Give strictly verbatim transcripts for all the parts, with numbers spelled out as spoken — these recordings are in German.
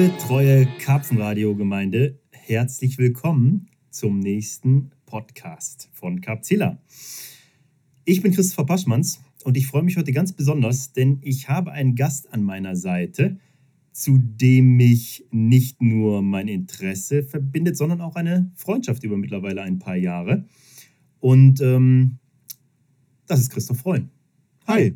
Liebe treue Karpfenradio-Gemeinde, herzlich willkommen zum nächsten Podcast von Karpzilla. Ich bin Christopher Paschmanns und ich freue mich heute ganz besonders, denn ich habe einen Gast an meiner Seite, zu dem mich nicht nur mein Interesse verbindet, sondern auch eine Freundschaft über mittlerweile ein paar Jahre. Und ähm, das ist Christoph Freund. Hi.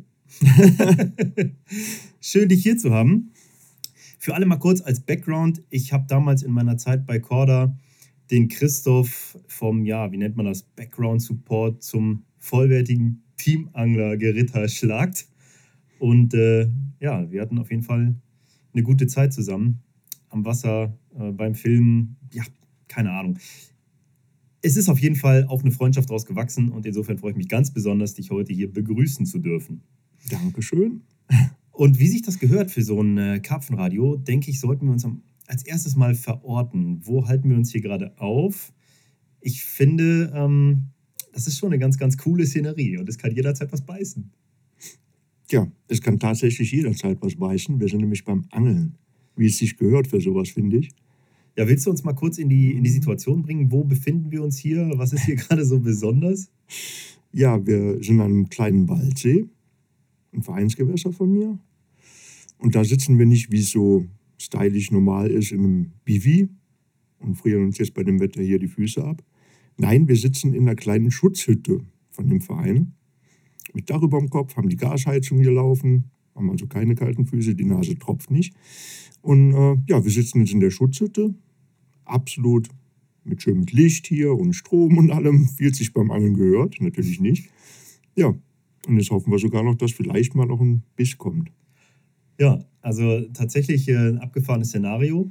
Schön, dich hier zu haben. Für alle mal kurz als Background. Ich habe damals in meiner Zeit bei Korda den Christoph vom, ja, wie nennt man das, Background Support zum vollwertigen Teamangler geritterschlagt. Und äh, ja, wir hatten auf jeden Fall eine gute Zeit zusammen. Am Wasser, äh, beim Filmen, ja, keine Ahnung. Es ist auf jeden Fall auch eine Freundschaft daraus gewachsen und insofern freue ich mich ganz besonders, dich heute hier begrüßen zu dürfen. Dankeschön. Und wie sich das gehört für so ein äh, Karpfenradio, denke ich, sollten wir uns am, als erstes mal verorten. Wo halten wir uns hier gerade auf? Ich finde, ähm, das ist schon eine ganz, ganz coole Szenerie und es kann jederzeit was beißen. Ja, es kann tatsächlich jederzeit was beißen. Wir sind nämlich beim Angeln, wie es sich gehört für sowas, finde ich. Ja, willst du uns mal kurz in die, in die Situation bringen? Wo befinden wir uns hier? Was ist hier gerade so besonders? Ja, wir sind an einem kleinen Waldsee, ein Vereinsgewässer von mir. Und da sitzen wir nicht, wie es so stylisch normal ist, in einem Bivi und frieren uns jetzt bei dem Wetter hier die Füße ab. Nein, wir sitzen in einer kleinen Schutzhütte von dem Verein. Mit Dach über dem Kopf, haben die Gasheizung hier laufen, haben also keine kalten Füße, die Nase tropft nicht. Und äh, ja, wir sitzen jetzt in der Schutzhütte, absolut mit schön mit Licht hier und Strom und allem, wie es sich beim Angeln gehört, natürlich nicht. Ja, und jetzt hoffen wir sogar noch, dass vielleicht mal noch ein Biss kommt. Ja, also tatsächlich äh, ein abgefahrenes Szenario.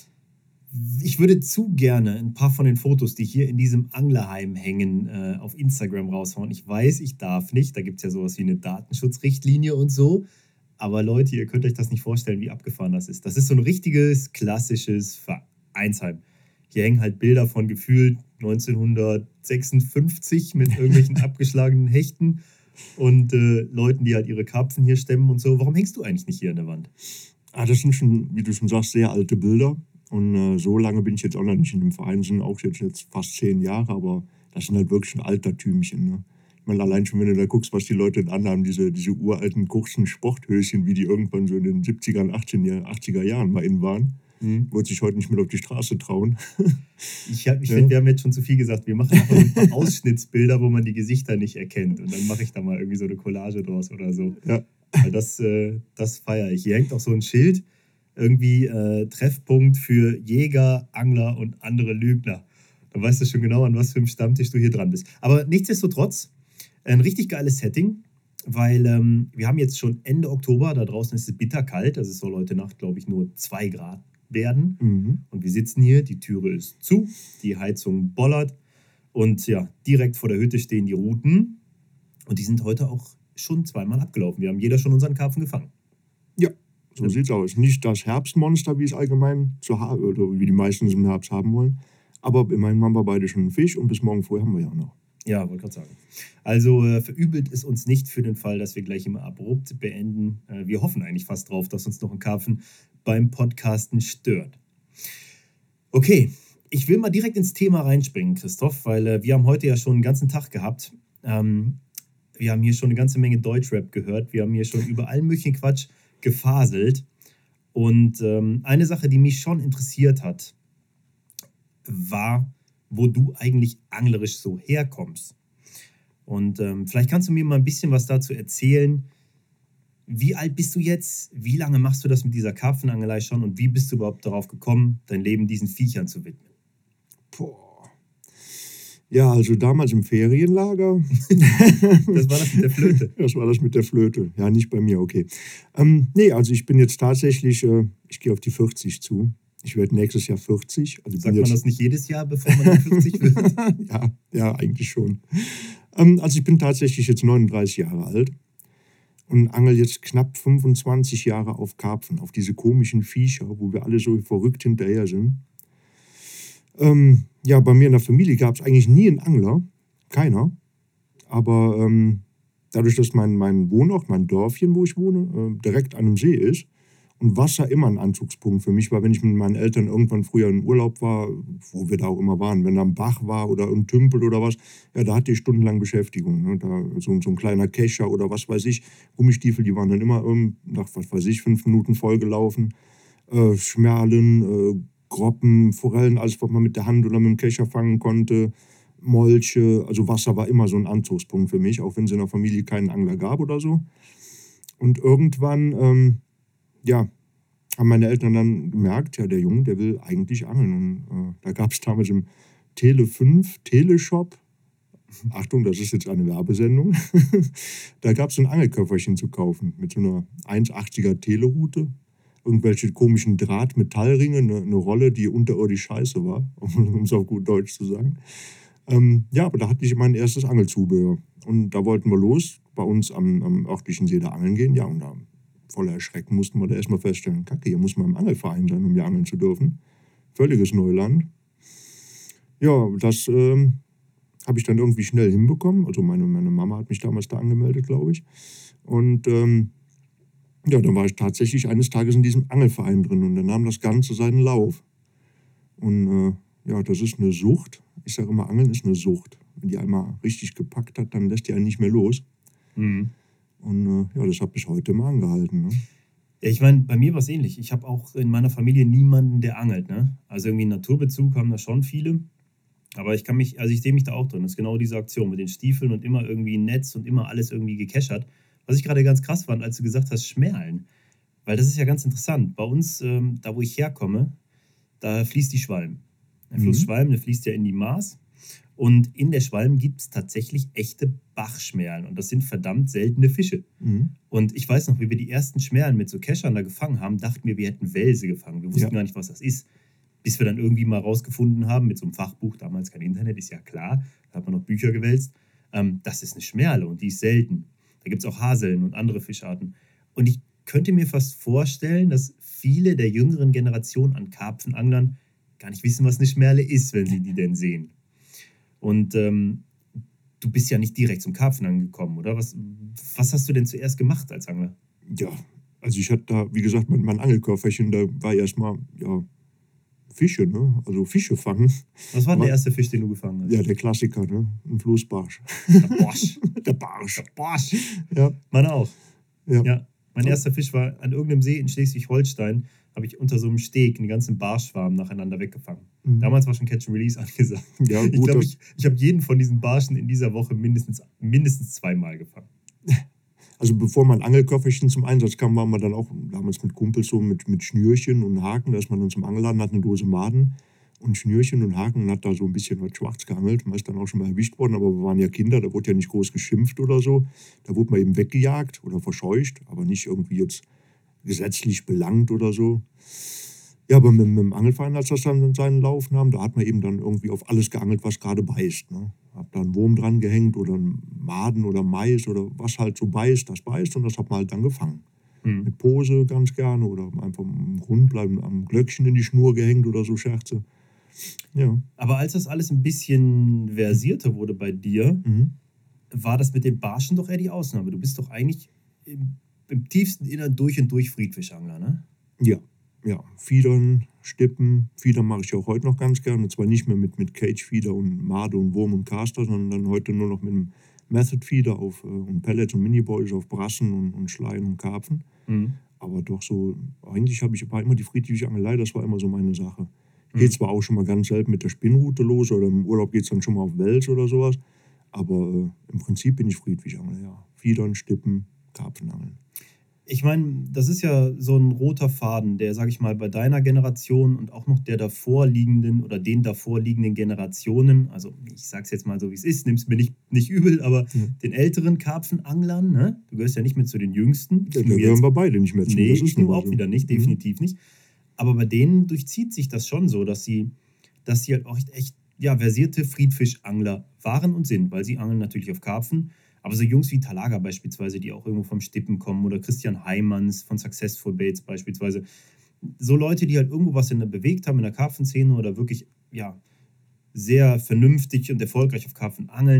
Ich würde zu gerne ein paar von den Fotos, die hier in diesem Anglerheim hängen, äh, auf Instagram raushauen. Ich weiß, ich darf nicht. Da gibt es ja sowas wie eine Datenschutzrichtlinie und so. Aber Leute, ihr könnt euch das nicht vorstellen, wie abgefahren das ist. Das ist so ein richtiges, klassisches Vereinsheim. Hier hängen halt Bilder von gefühlt neunzehnhundertsechsundfünfzig mit irgendwelchen abgeschlagenen Hechten und äh, Leuten, die halt ihre Karpfen hier stemmen und so. Warum hängst du eigentlich nicht hier an der Wand? Ah, das sind schon, wie du schon sagst, sehr alte Bilder. Und äh, so lange bin ich jetzt auch noch nicht in dem Verein, sind auch jetzt, jetzt fast zehn Jahre, aber das sind halt wirklich schon Altertümchen. Ne? Ich meine, allein schon, wenn du da guckst, was die Leute anhaben, diese, diese uralten, kurzen Sporthöschen, wie die irgendwann so in den siebzigern, achtziger Jahren mal in waren. Mhm. Würde sich heute nicht mehr auf die Straße trauen. Ich, ich ja. finde, wir haben jetzt schon zu viel gesagt. Wir machen einfach ein paar Ausschnittsbilder, wo man die Gesichter nicht erkennt. Und dann mache ich da mal irgendwie so eine Collage draus oder so. Ja. Weil das, äh, das feiere ich. Hier hängt auch so ein Schild, irgendwie äh, Treffpunkt für Jäger, Angler und andere Lügner. Dann weißt du schon genau, an was für einem Stammtisch du hier dran bist. Aber nichtsdestotrotz, ein richtig geiles Setting, weil ähm, wir haben jetzt schon Ende Oktober, da draußen ist es bitterkalt, also es soll heute Nacht, glaube ich, nur zwei Grad werden. Mhm. Und wir sitzen hier, die Türe ist zu, die Heizung bollert und ja, direkt vor der Hütte stehen die Routen und die sind heute auch schon zweimal abgelaufen. Wir haben jeder schon unseren Karpfen gefangen. Ja, so ja. Sieht's aus. Nicht das Herbstmonster, wie es allgemein zu haben, oder wie die meisten es im Herbst haben wollen, aber immerhin haben wir beide schon einen Fisch und bis morgen früh haben wir ja auch noch. Ja, wollte gerade sagen. Also äh, verübelt es uns nicht für den Fall, dass wir gleich immer abrupt beenden. Äh, wir hoffen eigentlich fast drauf, dass uns noch ein Karpfen beim Podcasten stört. Okay, ich will mal direkt ins Thema reinspringen, Christoph, weil äh, wir haben heute ja schon einen ganzen Tag gehabt. Ähm, wir haben hier schon eine ganze Menge Deutschrap gehört. Wir haben hier schon über allen möglichen Quatsch gefaselt. Und ähm, eine Sache, die mich schon interessiert hat, war, wo du eigentlich anglerisch so herkommst. Und ähm, vielleicht kannst du mir mal ein bisschen was dazu erzählen. Wie alt bist du jetzt? Wie lange machst du das mit dieser Karpfenangelei schon? Und wie bist du überhaupt darauf gekommen, dein Leben diesen Viechern zu widmen? Boah. Ja, also damals im Ferienlager. Das war das mit der Flöte? Das war das mit der Flöte. Ja, nicht bei mir, okay. Ähm, nee, also ich bin jetzt tatsächlich, äh, ich gehe auf die vierzig zu. Ich werde nächstes Jahr vierzig. Also Sagt bin man jetzt das nicht jedes Jahr, bevor man dann fünfzig wird? ja, ja, eigentlich schon. Ähm, also ich bin tatsächlich jetzt neununddreißig Jahre alt und angel jetzt knapp fünfundzwanzig Jahre auf Karpfen, auf diese komischen Viecher, wo wir alle so verrückt hinterher sind. Ähm, ja, bei mir in der Familie gab es eigentlich nie einen Angler, keiner. Aber ähm, dadurch, dass mein, mein Wohnort, mein Dörfchen, wo ich wohne, äh, direkt an einem See ist Und Wasser immer ein Anzugspunkt für mich war, wenn ich mit meinen Eltern irgendwann früher in Urlaub war, wo wir da auch immer waren, wenn da ein Bach war oder ein Tümpel oder was, ja, da hatte ich stundenlang Beschäftigung. Ne? Da, so, so ein kleiner Kescher oder was weiß ich, Gummistiefel, die waren dann immer ähm, nach, was weiß ich, fünf Minuten vollgelaufen. Äh, Schmerlen, äh, Groppen, Forellen, alles, was man mit der Hand oder mit dem Kescher fangen konnte. Molche, also Wasser war immer so ein Anzugspunkt für mich, auch wenn es in der Familie keinen Angler gab oder so. Und irgendwann, ähm, ja, haben meine Eltern dann gemerkt, ja, der Junge, der will eigentlich angeln. Und äh, da gab es damals im Tele fünf Teleshop, Achtung, das ist jetzt eine Werbesendung, da gab es ein Angelköfferchen zu kaufen mit so einer eins achtziger Telerute, irgendwelche komischen Draht-Metallringe, eine, eine Rolle, die unterirdisch scheiße war, um es auf gut Deutsch zu sagen. Ähm, ja, aber da hatte ich mein erstes Angelzubehör. Und da wollten wir los, bei uns am, am örtlichen See da angeln gehen. Ja, und da voller Erschrecken mussten wir da erstmal feststellen, Kacke, hier muss man im Angelverein sein, um hier angeln zu dürfen. Völliges Neuland. Ja, das ähm, habe ich dann irgendwie schnell hinbekommen. Also meine, meine Mama hat mich damals da angemeldet, glaube ich. Und ähm, ja, dann war ich tatsächlich eines Tages in diesem Angelverein drin und dann nahm das Ganze seinen Lauf. Und äh, ja, das ist eine Sucht. Ich sage immer, Angeln ist eine Sucht. Wenn die einmal richtig gepackt hat, dann lässt die einen nicht mehr los. Mhm. Und äh, ja, das hat bis heute mal angehalten. Ne? Ja, ich meine, bei mir war es ähnlich. Ich habe auch in meiner Familie niemanden, der angelt. Ne? Also irgendwie einen Naturbezug haben da schon viele. Aber ich kann mich, also ich sehe mich da auch drin. Das ist genau diese Aktion mit den Stiefeln und immer irgendwie ein Netz und immer alles irgendwie gekeschert. Was ich gerade ganz krass fand, als du gesagt hast, Schmerlen. Weil das ist ja ganz interessant. Bei uns, ähm, da wo ich herkomme, da fließt die Schwalm. Der Fluss Mhm. Schwalm, der fließt ja in die Maas. Und in der Schwalm gibt es tatsächlich echte Bachschmerlen. Und das sind verdammt seltene Fische. Mhm. Und ich weiß noch, wie wir die ersten Schmerlen mit so Keschern da gefangen haben, dachten wir, wir hätten Welse gefangen. Wir wussten Ja. gar nicht, was das ist. Bis wir dann irgendwie mal rausgefunden haben, mit so einem Fachbuch, damals kein Internet, ist ja klar, da hat man noch Bücher gewälzt, ähm, das ist eine Schmerle und die ist selten. Da gibt es auch Haseln und andere Fischarten. Und ich könnte mir fast vorstellen, dass viele der jüngeren Generation an Karpfenanglern gar nicht wissen, was eine Schmerle ist, wenn sie die denn sehen. Und ähm, du bist ja nicht direkt zum Karpfenangeln gekommen, oder? Was, was hast du denn zuerst gemacht als Angler? Ja, also ich hatte da, wie gesagt, mein, mein Angelköfferchen, da war erstmal, ja, Fische, ne? Also Fische fangen. Was war denn Aber- der erste Fisch, den du gefangen hast? Ja, der Klassiker, ne? Ein Flussbarsch. Der Barsch. Der Barsch. Der Barsch. Ja, Meine auch. ja. Ja, mein Ja. erster Fisch war an irgendeinem See in Schleswig-Holstein, habe ich unter so einem Steg einen ganzen Barschschwarm nacheinander weggefangen. Mhm. Damals war schon Catch and Release angesagt. Ja, Ich gut, glaube, das- ich, ich habe jeden von diesen Barschen in dieser Woche mindestens, mindestens zweimal gefangen. Also bevor mein Angelköfferchen zum Einsatz kam, waren wir dann auch damals mit Kumpels so mit, mit Schnürchen und Haken. Da ist man dann zum Angelladen, hat eine Dose Maden und Schnürchen und Haken und hat da so ein bisschen was schwarz geangelt. Man ist dann auch schon mal erwischt worden, aber wir waren ja Kinder, da wurde ja nicht groß geschimpft oder so. Da wurde man eben weggejagt oder verscheucht, aber nicht irgendwie jetzt gesetzlich belangt oder so. Ja, aber mit, mit dem Angelverein, als das dann seinen Lauf nahm, da hat man eben dann irgendwie auf alles geangelt, was gerade beißt. Ne? Hab da einen Wurm dran gehängt oder einen Maden oder Mais oder was halt so beißt, das beißt und das hat man halt dann gefangen. Hm. Mit Pose ganz gerne oder einfach im Grund bleiben, am Glöckchen in die Schnur gehängt oder so Scherze. Ja. Aber als das alles ein bisschen versierter wurde bei dir, Mhm. war das mit den Barschen doch eher die Ausnahme. Du bist doch eigentlich im, im tiefsten Innern durch und durch Friedfischangler, ne? Ja, ja. Fiedern, Stippen. Fiedern mache ich auch heute noch ganz gerne. Und zwar nicht mehr mit, mit Cage-Feeder und Made und Wurm und Caster, sondern dann heute nur noch mit einem Method-Feeder auf, äh, und Pellets und Mini-Boys auf Brassen und, und Schleien und Karpfen. Mhm. Aber doch so, eigentlich habe ich war immer die friedliche Angelei, das war immer so meine Sache. Mhm. Geht zwar auch schon mal ganz selten mit der Spinnrute los oder im Urlaub geht es dann schon mal auf Wels oder sowas, aber äh, im Prinzip bin ich Friedfischangler, ja. Fiedern, Stippen, Karpfenangeln. Ich meine, das ist ja so ein roter Faden, der, sag ich mal, bei deiner Generation und auch noch der davorliegenden oder den davorliegenden Generationen, also ich sag's jetzt mal so, wie es ist, nimm's mir nicht, nicht übel, aber Ja. den älteren Karpfenanglern, ne? Du gehörst ja nicht mehr zu den Jüngsten. Ja, Ich da nu gehören jetzt- wir beide nicht mehr zu. Nee, das ist ich nur nun mal auch so. wieder nicht, Mhm. definitiv nicht. Aber bei denen durchzieht sich das schon so, dass sie, dass sie halt auch echt, echt ja, versierte Friedfischangler waren und sind, weil sie angeln natürlich auf Karpfen. Aber so Jungs wie Talaga beispielsweise, die auch irgendwo vom Stippen kommen, oder Christian Heimanns von Successful Baits beispielsweise. So Leute, die halt irgendwo was in der bewegt haben in der Karpfenszene oder wirklich ja, sehr vernünftig und erfolgreich auf Karpfen angeln,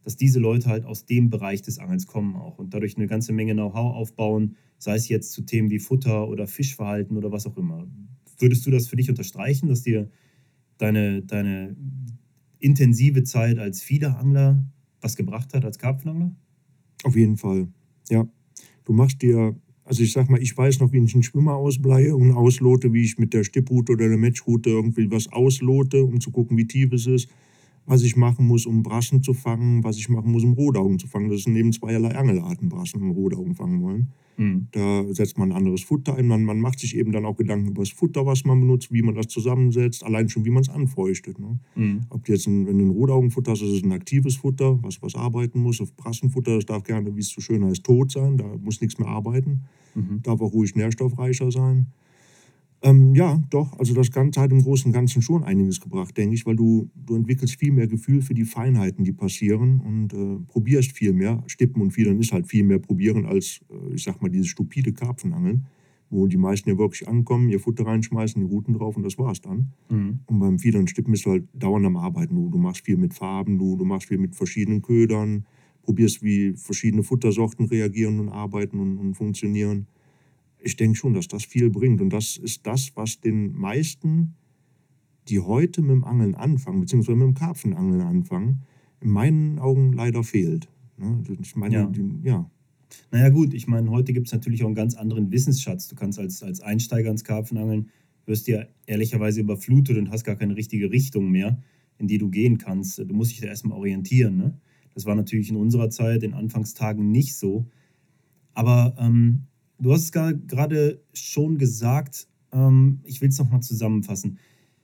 dass diese Leute halt aus dem Bereich des Angelns kommen auch und dadurch eine ganze Menge Know-how aufbauen, sei es jetzt zu Themen wie Futter oder Fischverhalten oder was auch immer. Würdest du das für dich unterstreichen, dass dir deine, deine intensive Zeit als Fiederangler was gebracht hat, als Karpfenangler? Auf jeden Fall, ja. Du machst dir, also ich sag mal, ich weiß noch, wie ich einen Schwimmer ausbleihe und auslote, wie ich mit der Stipprute oder der Matchrute irgendwie was auslote, um zu gucken, wie tief es ist, was ich machen muss, um Brassen zu fangen, was ich machen muss, um Rotaugen zu fangen. Das sind eben zweierlei Angelarten, Brassen und Rotaugen fangen wollen. Mhm. Da setzt man ein anderes Futter ein. Man, man macht sich eben dann auch Gedanken über das Futter, was man benutzt, wie man das zusammensetzt, allein schon, wie man es anfeuchtet. Ne? Mhm. Ob du jetzt, ein, wenn du ein Rotaugenfutter hast, das ist ein aktives Futter, was, was arbeiten muss. Auf Brassenfutter, das darf gerne, wie es so schön heißt, tot sein. Da muss nichts mehr arbeiten. Mhm. Darf auch ruhig nährstoffreicher sein. Ähm, ja, doch, also das Ganze hat im Großen und Ganzen schon einiges gebracht, denke ich, weil du, du entwickelst viel mehr Gefühl für die Feinheiten, die passieren und äh, probierst viel mehr. Stippen und Fiedern ist halt viel mehr probieren als, äh, ich sag mal, dieses stupide Karpfenangeln, wo die meisten ja wirklich ankommen, ihr Futter reinschmeißen, die Routen drauf und das war's dann. Mhm. Und beim Fiedern und Stippen bist du halt dauernd am Arbeiten. Du, du machst viel mit Farben, du, du machst viel mit verschiedenen Ködern, probierst, wie verschiedene Futtersorten reagieren und arbeiten und, und funktionieren. Ich denke schon, dass das viel bringt. Und das ist das, was den meisten, die heute mit dem Angeln anfangen, beziehungsweise mit dem Karpfenangeln anfangen, in meinen Augen leider fehlt. Ne? Ich meine, Ja. die, ja. Naja gut, ich meine, heute gibt es natürlich auch einen ganz anderen Wissensschatz. Du kannst als, als Einsteiger ins Karpfenangeln, wirst ja ehrlicherweise überflutet und hast gar keine richtige Richtung mehr, in die du gehen kannst. Du musst dich da erstmal orientieren. Ne? Das war natürlich in unserer Zeit, in Anfangstagen nicht so. Aber ähm, du hast es gar- gerade schon gesagt, ähm, ich will es nochmal zusammenfassen.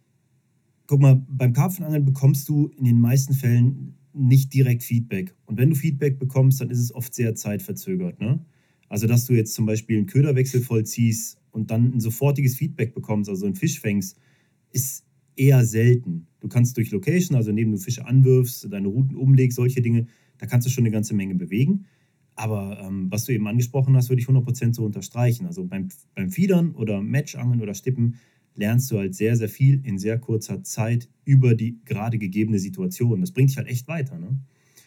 Guck mal, beim Karpfenangeln bekommst du in den meisten Fällen nicht direkt Feedback. Und wenn du Feedback bekommst, dann ist es oft sehr zeitverzögert. Ne? Also, dass du jetzt zum Beispiel einen Köderwechsel vollziehst und dann ein sofortiges Feedback bekommst, also einen Fisch fängst, ist eher selten. Du kannst durch Location, also indem du Fische anwirfst, deine Routen umlegst, solche Dinge, da kannst du schon eine ganze Menge bewegen. Aber ähm, was du eben angesprochen hast, würde ich hundert Prozent so unterstreichen. Also beim, beim Fiedern oder Matchangeln oder Stippen lernst du halt sehr, sehr viel in sehr kurzer Zeit über die gerade gegebene Situation. Das bringt dich halt echt weiter. Ne?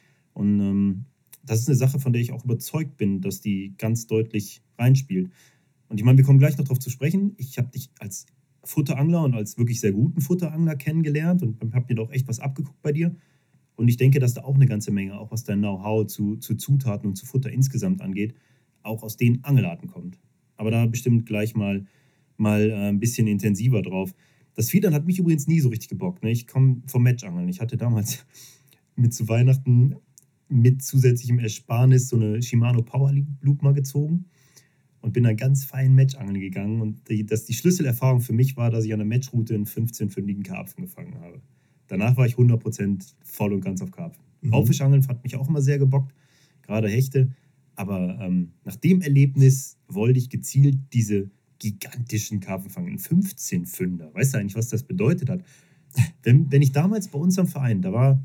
Und ähm, das ist eine Sache, von der ich auch überzeugt bin, dass die ganz deutlich reinspielt. Und ich meine, wir kommen gleich noch darauf zu sprechen. Ich habe dich als Futterangler und als wirklich sehr guten Futterangler kennengelernt und habe mir doch echt was abgeguckt bei dir. Und ich denke, dass da auch eine ganze Menge, auch was dein Know-how zu, zu Zutaten und zu Futter insgesamt angeht, auch aus den Angelarten kommt. Aber da bestimmt gleich mal, mal äh, ein bisschen intensiver drauf. Das Fiedern hat mich übrigens nie so richtig gebockt. Ne? Ich komme vom Matchangeln. Ich hatte damals mit zu Weihnachten mit zusätzlichem Ersparnis so eine Shimano Power Loop mal gezogen und bin dann ganz fein Matchangeln gegangen. Und die, das, die Schlüsselerfahrung für mich war, dass ich an der Matchroute einen fünfzehn-pfündigen Karpfen gefangen habe. Danach war ich hundert Prozent voll und ganz auf Karpfen. Mhm. Raubfischangeln hat mich auch immer sehr gebockt, gerade Hechte. Aber ähm, nach dem Erlebnis wollte ich gezielt diese gigantischen Karpfen fangen. Ein fünfzehn-Pfünder. Weißt du eigentlich, was das bedeutet hat? Wenn, wenn ich damals bei uns am Verein, da war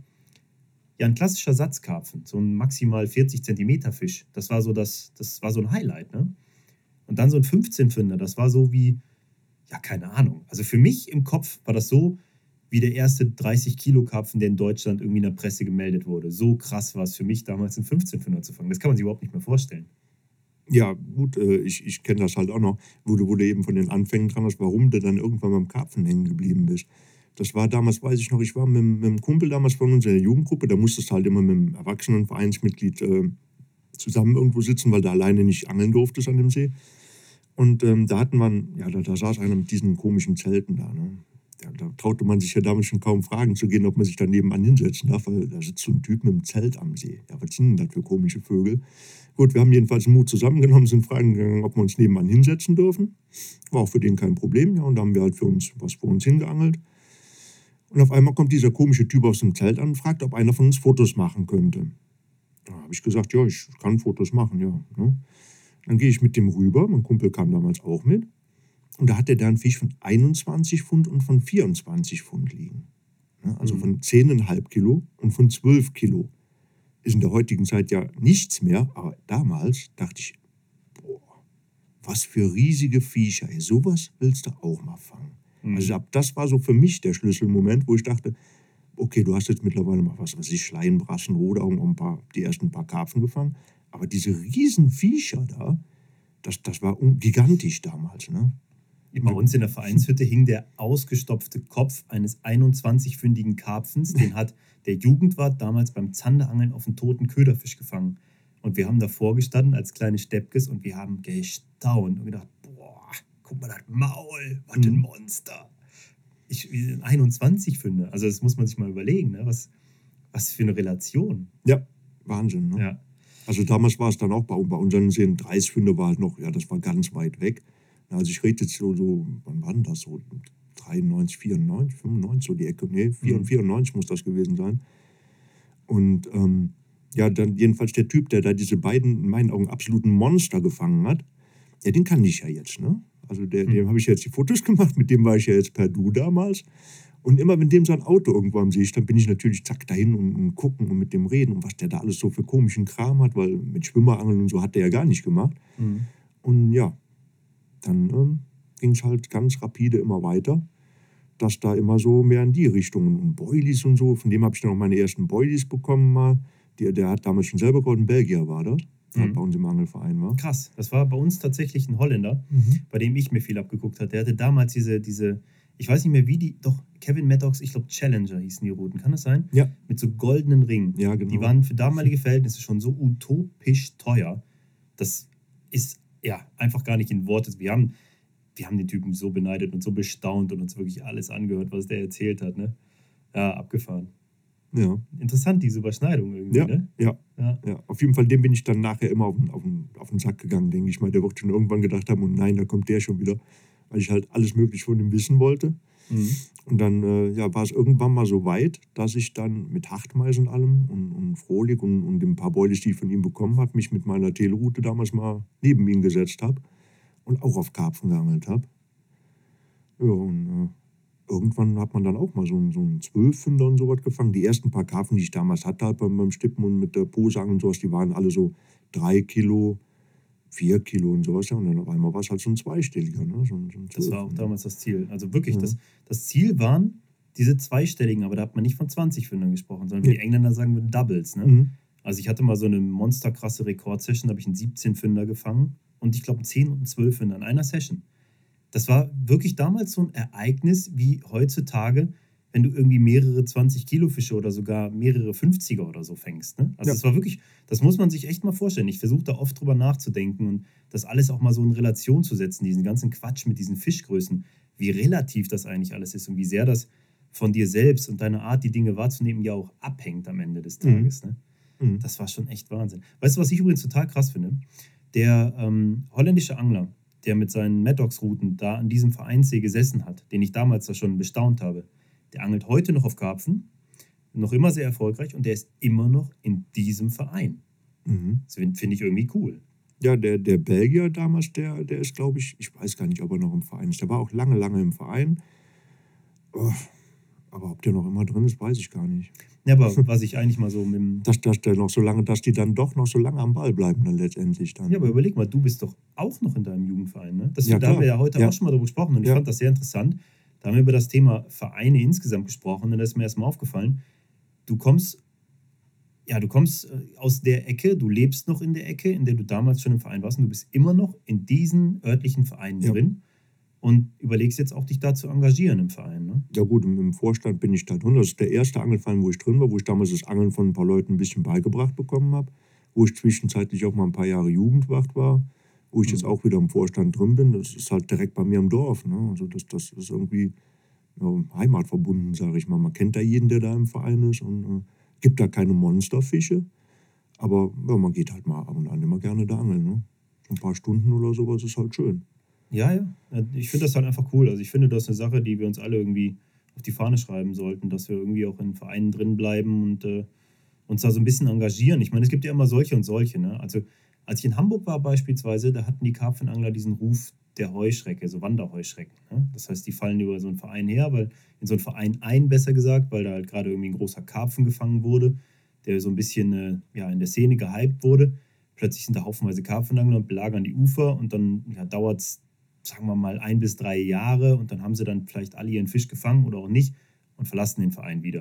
ja ein klassischer Satzkarpfen, so ein maximal vierzig Zentimeter Fisch. Das war so das, das war so ein Highlight, ne? Und dann so ein fünfzehn-Pfünder, das war so wie, ja, keine Ahnung. Also für mich im Kopf war das so wie der erste dreißig Kilo Karpfen, der in Deutschland irgendwie in der Presse gemeldet wurde. So krass war es für mich damals, einen fünfzehn-Pfünder zu fangen. Das kann man sich überhaupt nicht mehr vorstellen. Ja, gut, äh, ich, ich kenne das halt auch noch, wo du, wo du eben von den Anfängen dran hast, warum du dann irgendwann beim Karpfen hängen geblieben bist. Das war damals, weiß ich noch, ich war mit, mit einem Kumpel damals von uns in der Jugendgruppe, da musstest du halt immer mit einem Erwachsenenvereinsmitglied äh, zusammen irgendwo sitzen, weil du alleine nicht angeln durftest an dem See. Und ähm, da hatten wir, ja, da, da saß einer mit diesen komischen Zelten da. Ne? Da, da traute man sich ja damals schon kaum fragen zu gehen, ob man sich da nebenan hinsetzen darf, weil da sitzt so ein Typ mit einem Zelt am See. Ja, was sind denn das für komische Vögel? Gut, wir haben jedenfalls den Mut zusammengenommen, sind fragen gegangen, ob wir uns nebenan hinsetzen dürfen. War auch für den kein Problem, ja, und da haben wir halt für uns was vor uns hingeangelt. Und auf einmal kommt dieser komische Typ aus dem Zelt an und fragt, ob einer von uns Fotos machen könnte. Da habe ich gesagt, ja, ich kann Fotos machen, ja. Ne? Dann gehe ich mit dem rüber, mein Kumpel kam damals auch mit. Und da hat er da einen Fisch von einundzwanzig Pfund und von vierundzwanzig Pfund liegen. Ja, also Mhm. von zehn Komma fünf Kilo und von zwölf Kilo. Ist in der heutigen Zeit ja nichts mehr, aber damals dachte ich, boah, was für riesige Viecher, ey, sowas willst du auch mal fangen. Mhm. Also ab das war so für mich der Schlüsselmoment, wo ich dachte, okay, du hast jetzt mittlerweile mal, was weiß ich, Schleien, Brassen, Rodauen, ein paar, die ersten paar Karpfen gefangen. Aber diese riesen Viecher da, das, das war un- gigantisch damals. Ne? Bei uns in der Vereinshütte hing der ausgestopfte Kopf eines einundzwanzig-pfündigen Karpfens. Den hat der Jugendwart damals beim Zanderangeln auf einen toten Köderfisch gefangen. Und wir haben davor gestanden als kleine Steppkes und wir haben gestaunt und gedacht, boah, guck mal das Maul, was ein Mhm. Monster. Ich, einundzwanzig Pfünde, also das muss man sich mal überlegen, ne? was, was für eine Relation. Ja, Wahnsinn. Ne? Ja. Also damals war es dann auch bei, bei unseren Seen, dreißig Pfünde war halt noch, ja, das war ganz weit weg. Also ich rede jetzt so, so, wann war denn das so? dreiundneunzig, vierundneunzig, fünfundneunzig, so die Ecke. Nee, Mhm. vierundneunzig muss das gewesen sein. Und ähm, ja, dann jedenfalls der Typ, der da diese beiden, in meinen Augen, absoluten Monster gefangen hat, ja, den kann ich ja jetzt, ne? Also der, Mhm. dem habe ich jetzt die Fotos gemacht, mit dem war ich ja jetzt per Du damals. Und immer wenn dem sein Auto irgendwann sehe ich, dann bin ich natürlich zack dahin und, und gucken und mit dem reden und was der da alles so für komischen Kram hat, weil mit Schwimmerangeln und so hat der ja gar nicht gemacht. Mhm. Und ja, dann ähm, ging es halt ganz rapide immer weiter, dass da immer so mehr in die Richtungen und Boilies und so, von dem habe ich dann auch meine ersten Boilies bekommen mal. Der, der hat damals schon selber gehabt, ein Belgier war das, der Mhm. bei uns im Angelverein war. Krass, das war bei uns tatsächlich ein Holländer, Mhm. bei dem ich mir viel abgeguckt habe. Der hatte damals diese, diese, ich weiß nicht mehr wie die, doch Kevin Maddox, ich glaube Challenger hießen die Routen, kann das sein? Ja. Mit so goldenen Ringen. Ja, genau. Die waren für damalige Verhältnisse schon so utopisch teuer. Das ist ja einfach gar nicht in Worte. Wir haben, wir haben den Typen so beneidet und so bestaunt und uns wirklich alles angehört, was der erzählt hat. Ne? Ja, abgefahren. Ja. Interessant, diese Überschneidung irgendwie, Ja, ne? ja, Ja. ja. Auf jeden Fall, dem bin ich dann nachher immer auf den, auf den, auf den Sack gegangen, denke ich mal. Der wird schon irgendwann gedacht haben, und nein, da kommt der schon wieder, weil ich halt alles Mögliche von ihm wissen wollte. Mhm. Und dann äh, ja, war es irgendwann mal so weit, dass ich dann mit Hachtmeis und allem und, und Frohlig und, und dem paar Boilies, die ich von ihm bekommen habe, mich mit meiner Teleroute damals mal neben ihn gesetzt habe und auch auf Karpfen geangelt habe. Ja, und äh, irgendwann hat man dann auch mal so einen, so einen Zwölffünder und sowas gefangen. Die ersten paar Karpfen, die ich damals hatte, halt beim, beim Stippen und mit der Poseangel und sowas, die waren alle so drei Kilo, vier Kilo und sowas. Ja. Und dann auf einmal war es halt so ein zweistelliger. Ne? So, ein- so ein Das war auch Zwölffünder. damals das Ziel. Also wirklich, Ja. das, das Ziel waren diese zweistelligen, aber da hat man nicht von zwanzig Fündern gesprochen, sondern wie Nee. die Engländer sagen würden, Doubles. Ne? Mhm. Also ich hatte mal so eine monsterkrasse Rekordsession, da habe ich einen siebzehn Fünder gefangen und ich glaube einen zehn und einen zwölf Fünder in einer Session. Das war wirklich damals so ein Ereignis wie heutzutage, wenn du irgendwie mehrere zwanzig Kilo Fische oder sogar mehrere fünfziger oder so fängst. Ne? Also Ja. es war wirklich, das muss man sich echt mal vorstellen. Ich versuche da oft drüber nachzudenken und das alles auch mal so in Relation zu setzen, diesen ganzen Quatsch mit diesen Fischgrößen, wie relativ das eigentlich alles ist und wie sehr das von dir selbst und deiner Art, die Dinge wahrzunehmen, ja auch abhängt am Ende des Mhm. Tages. Ne? Mhm. Das war schon echt Wahnsinn. Weißt du, was ich übrigens total krass finde? Der ähm, holländische Angler, der mit seinen Maddox-Routen da an diesem Vereinssee gesessen hat, den ich damals da schon bestaunt habe, der angelt heute noch auf Karpfen, noch immer sehr erfolgreich und der ist immer noch in diesem Verein. Mhm. Das finde find ich irgendwie cool. Ja, der, der Belgier damals, der, der ist, glaube ich, ich weiß gar nicht, ob er noch im Verein ist. Der war auch lange, lange im Verein. Oh, aber ob der noch immer drin ist, weiß ich gar nicht. Ja, aber was ich eigentlich mal so mit dem. Dass, dass der noch so lange, dass die dann doch noch so lange am Ball bleiben dann letztendlich dann. Ja, aber überleg mal, du bist doch auch noch in deinem Jugendverein, ne? Das, Ja, da haben wir klar. ja heute Ja. auch schon mal drüber gesprochen und ich Ja. fand das sehr interessant. Da haben wir über das Thema Vereine insgesamt gesprochen und da ist mir erstmal aufgefallen, du kommst, ja, du kommst äh, aus der Ecke, du lebst noch in der Ecke, in der du damals schon im Verein warst und du bist immer noch in diesen örtlichen Vereinen Ja. drin und überlegst jetzt auch, dich da zu engagieren im Verein, ne? Ja gut, im, im Vorstand bin ich da drin. Das ist der erste Angelverein, wo ich drin war, wo ich damals das Angeln von ein paar Leuten ein bisschen beigebracht bekommen habe, wo ich zwischenzeitlich auch mal ein paar Jahre Jugendwacht war, wo ich Mhm. jetzt auch wieder im Vorstand drin bin. Das ist halt direkt bei mir im Dorf. Ne? Also das, das ist irgendwie ja, heimatverbunden, sage ich mal. Man kennt da jeden, der da im Verein ist und äh, gibt da keine Monsterfische. Aber ja, man geht halt mal ab und an immer gerne da angeln. Ne? So ein paar Stunden oder sowas ist halt schön. Ja, ja. Ich finde das halt einfach cool. Also ich finde, das ist eine Sache, die wir uns alle irgendwie auf die Fahne schreiben sollten, dass wir irgendwie auch in Vereinen drin bleiben und äh, uns da so ein bisschen engagieren. Ich meine, es gibt ja immer solche und solche. Ne? Also als ich in Hamburg war beispielsweise, da hatten die Karpfenangler diesen Ruf der Heuschrecke, so Wanderheuschrecken. Ne? Das heißt, die fallen über so einen Verein her, weil in so einen Verein ein, besser gesagt, weil da halt gerade irgendwie ein großer Karpfen gefangen wurde, der so ein bisschen äh, ja, in der Szene gehypt wurde. Plötzlich sind da haufenweise Karpfenangler und belagern die Ufer und dann ja, dauert es, sagen wir mal, ein bis drei Jahre und dann haben sie dann vielleicht alle ihren Fisch gefangen oder auch nicht und verlassen den Verein wieder.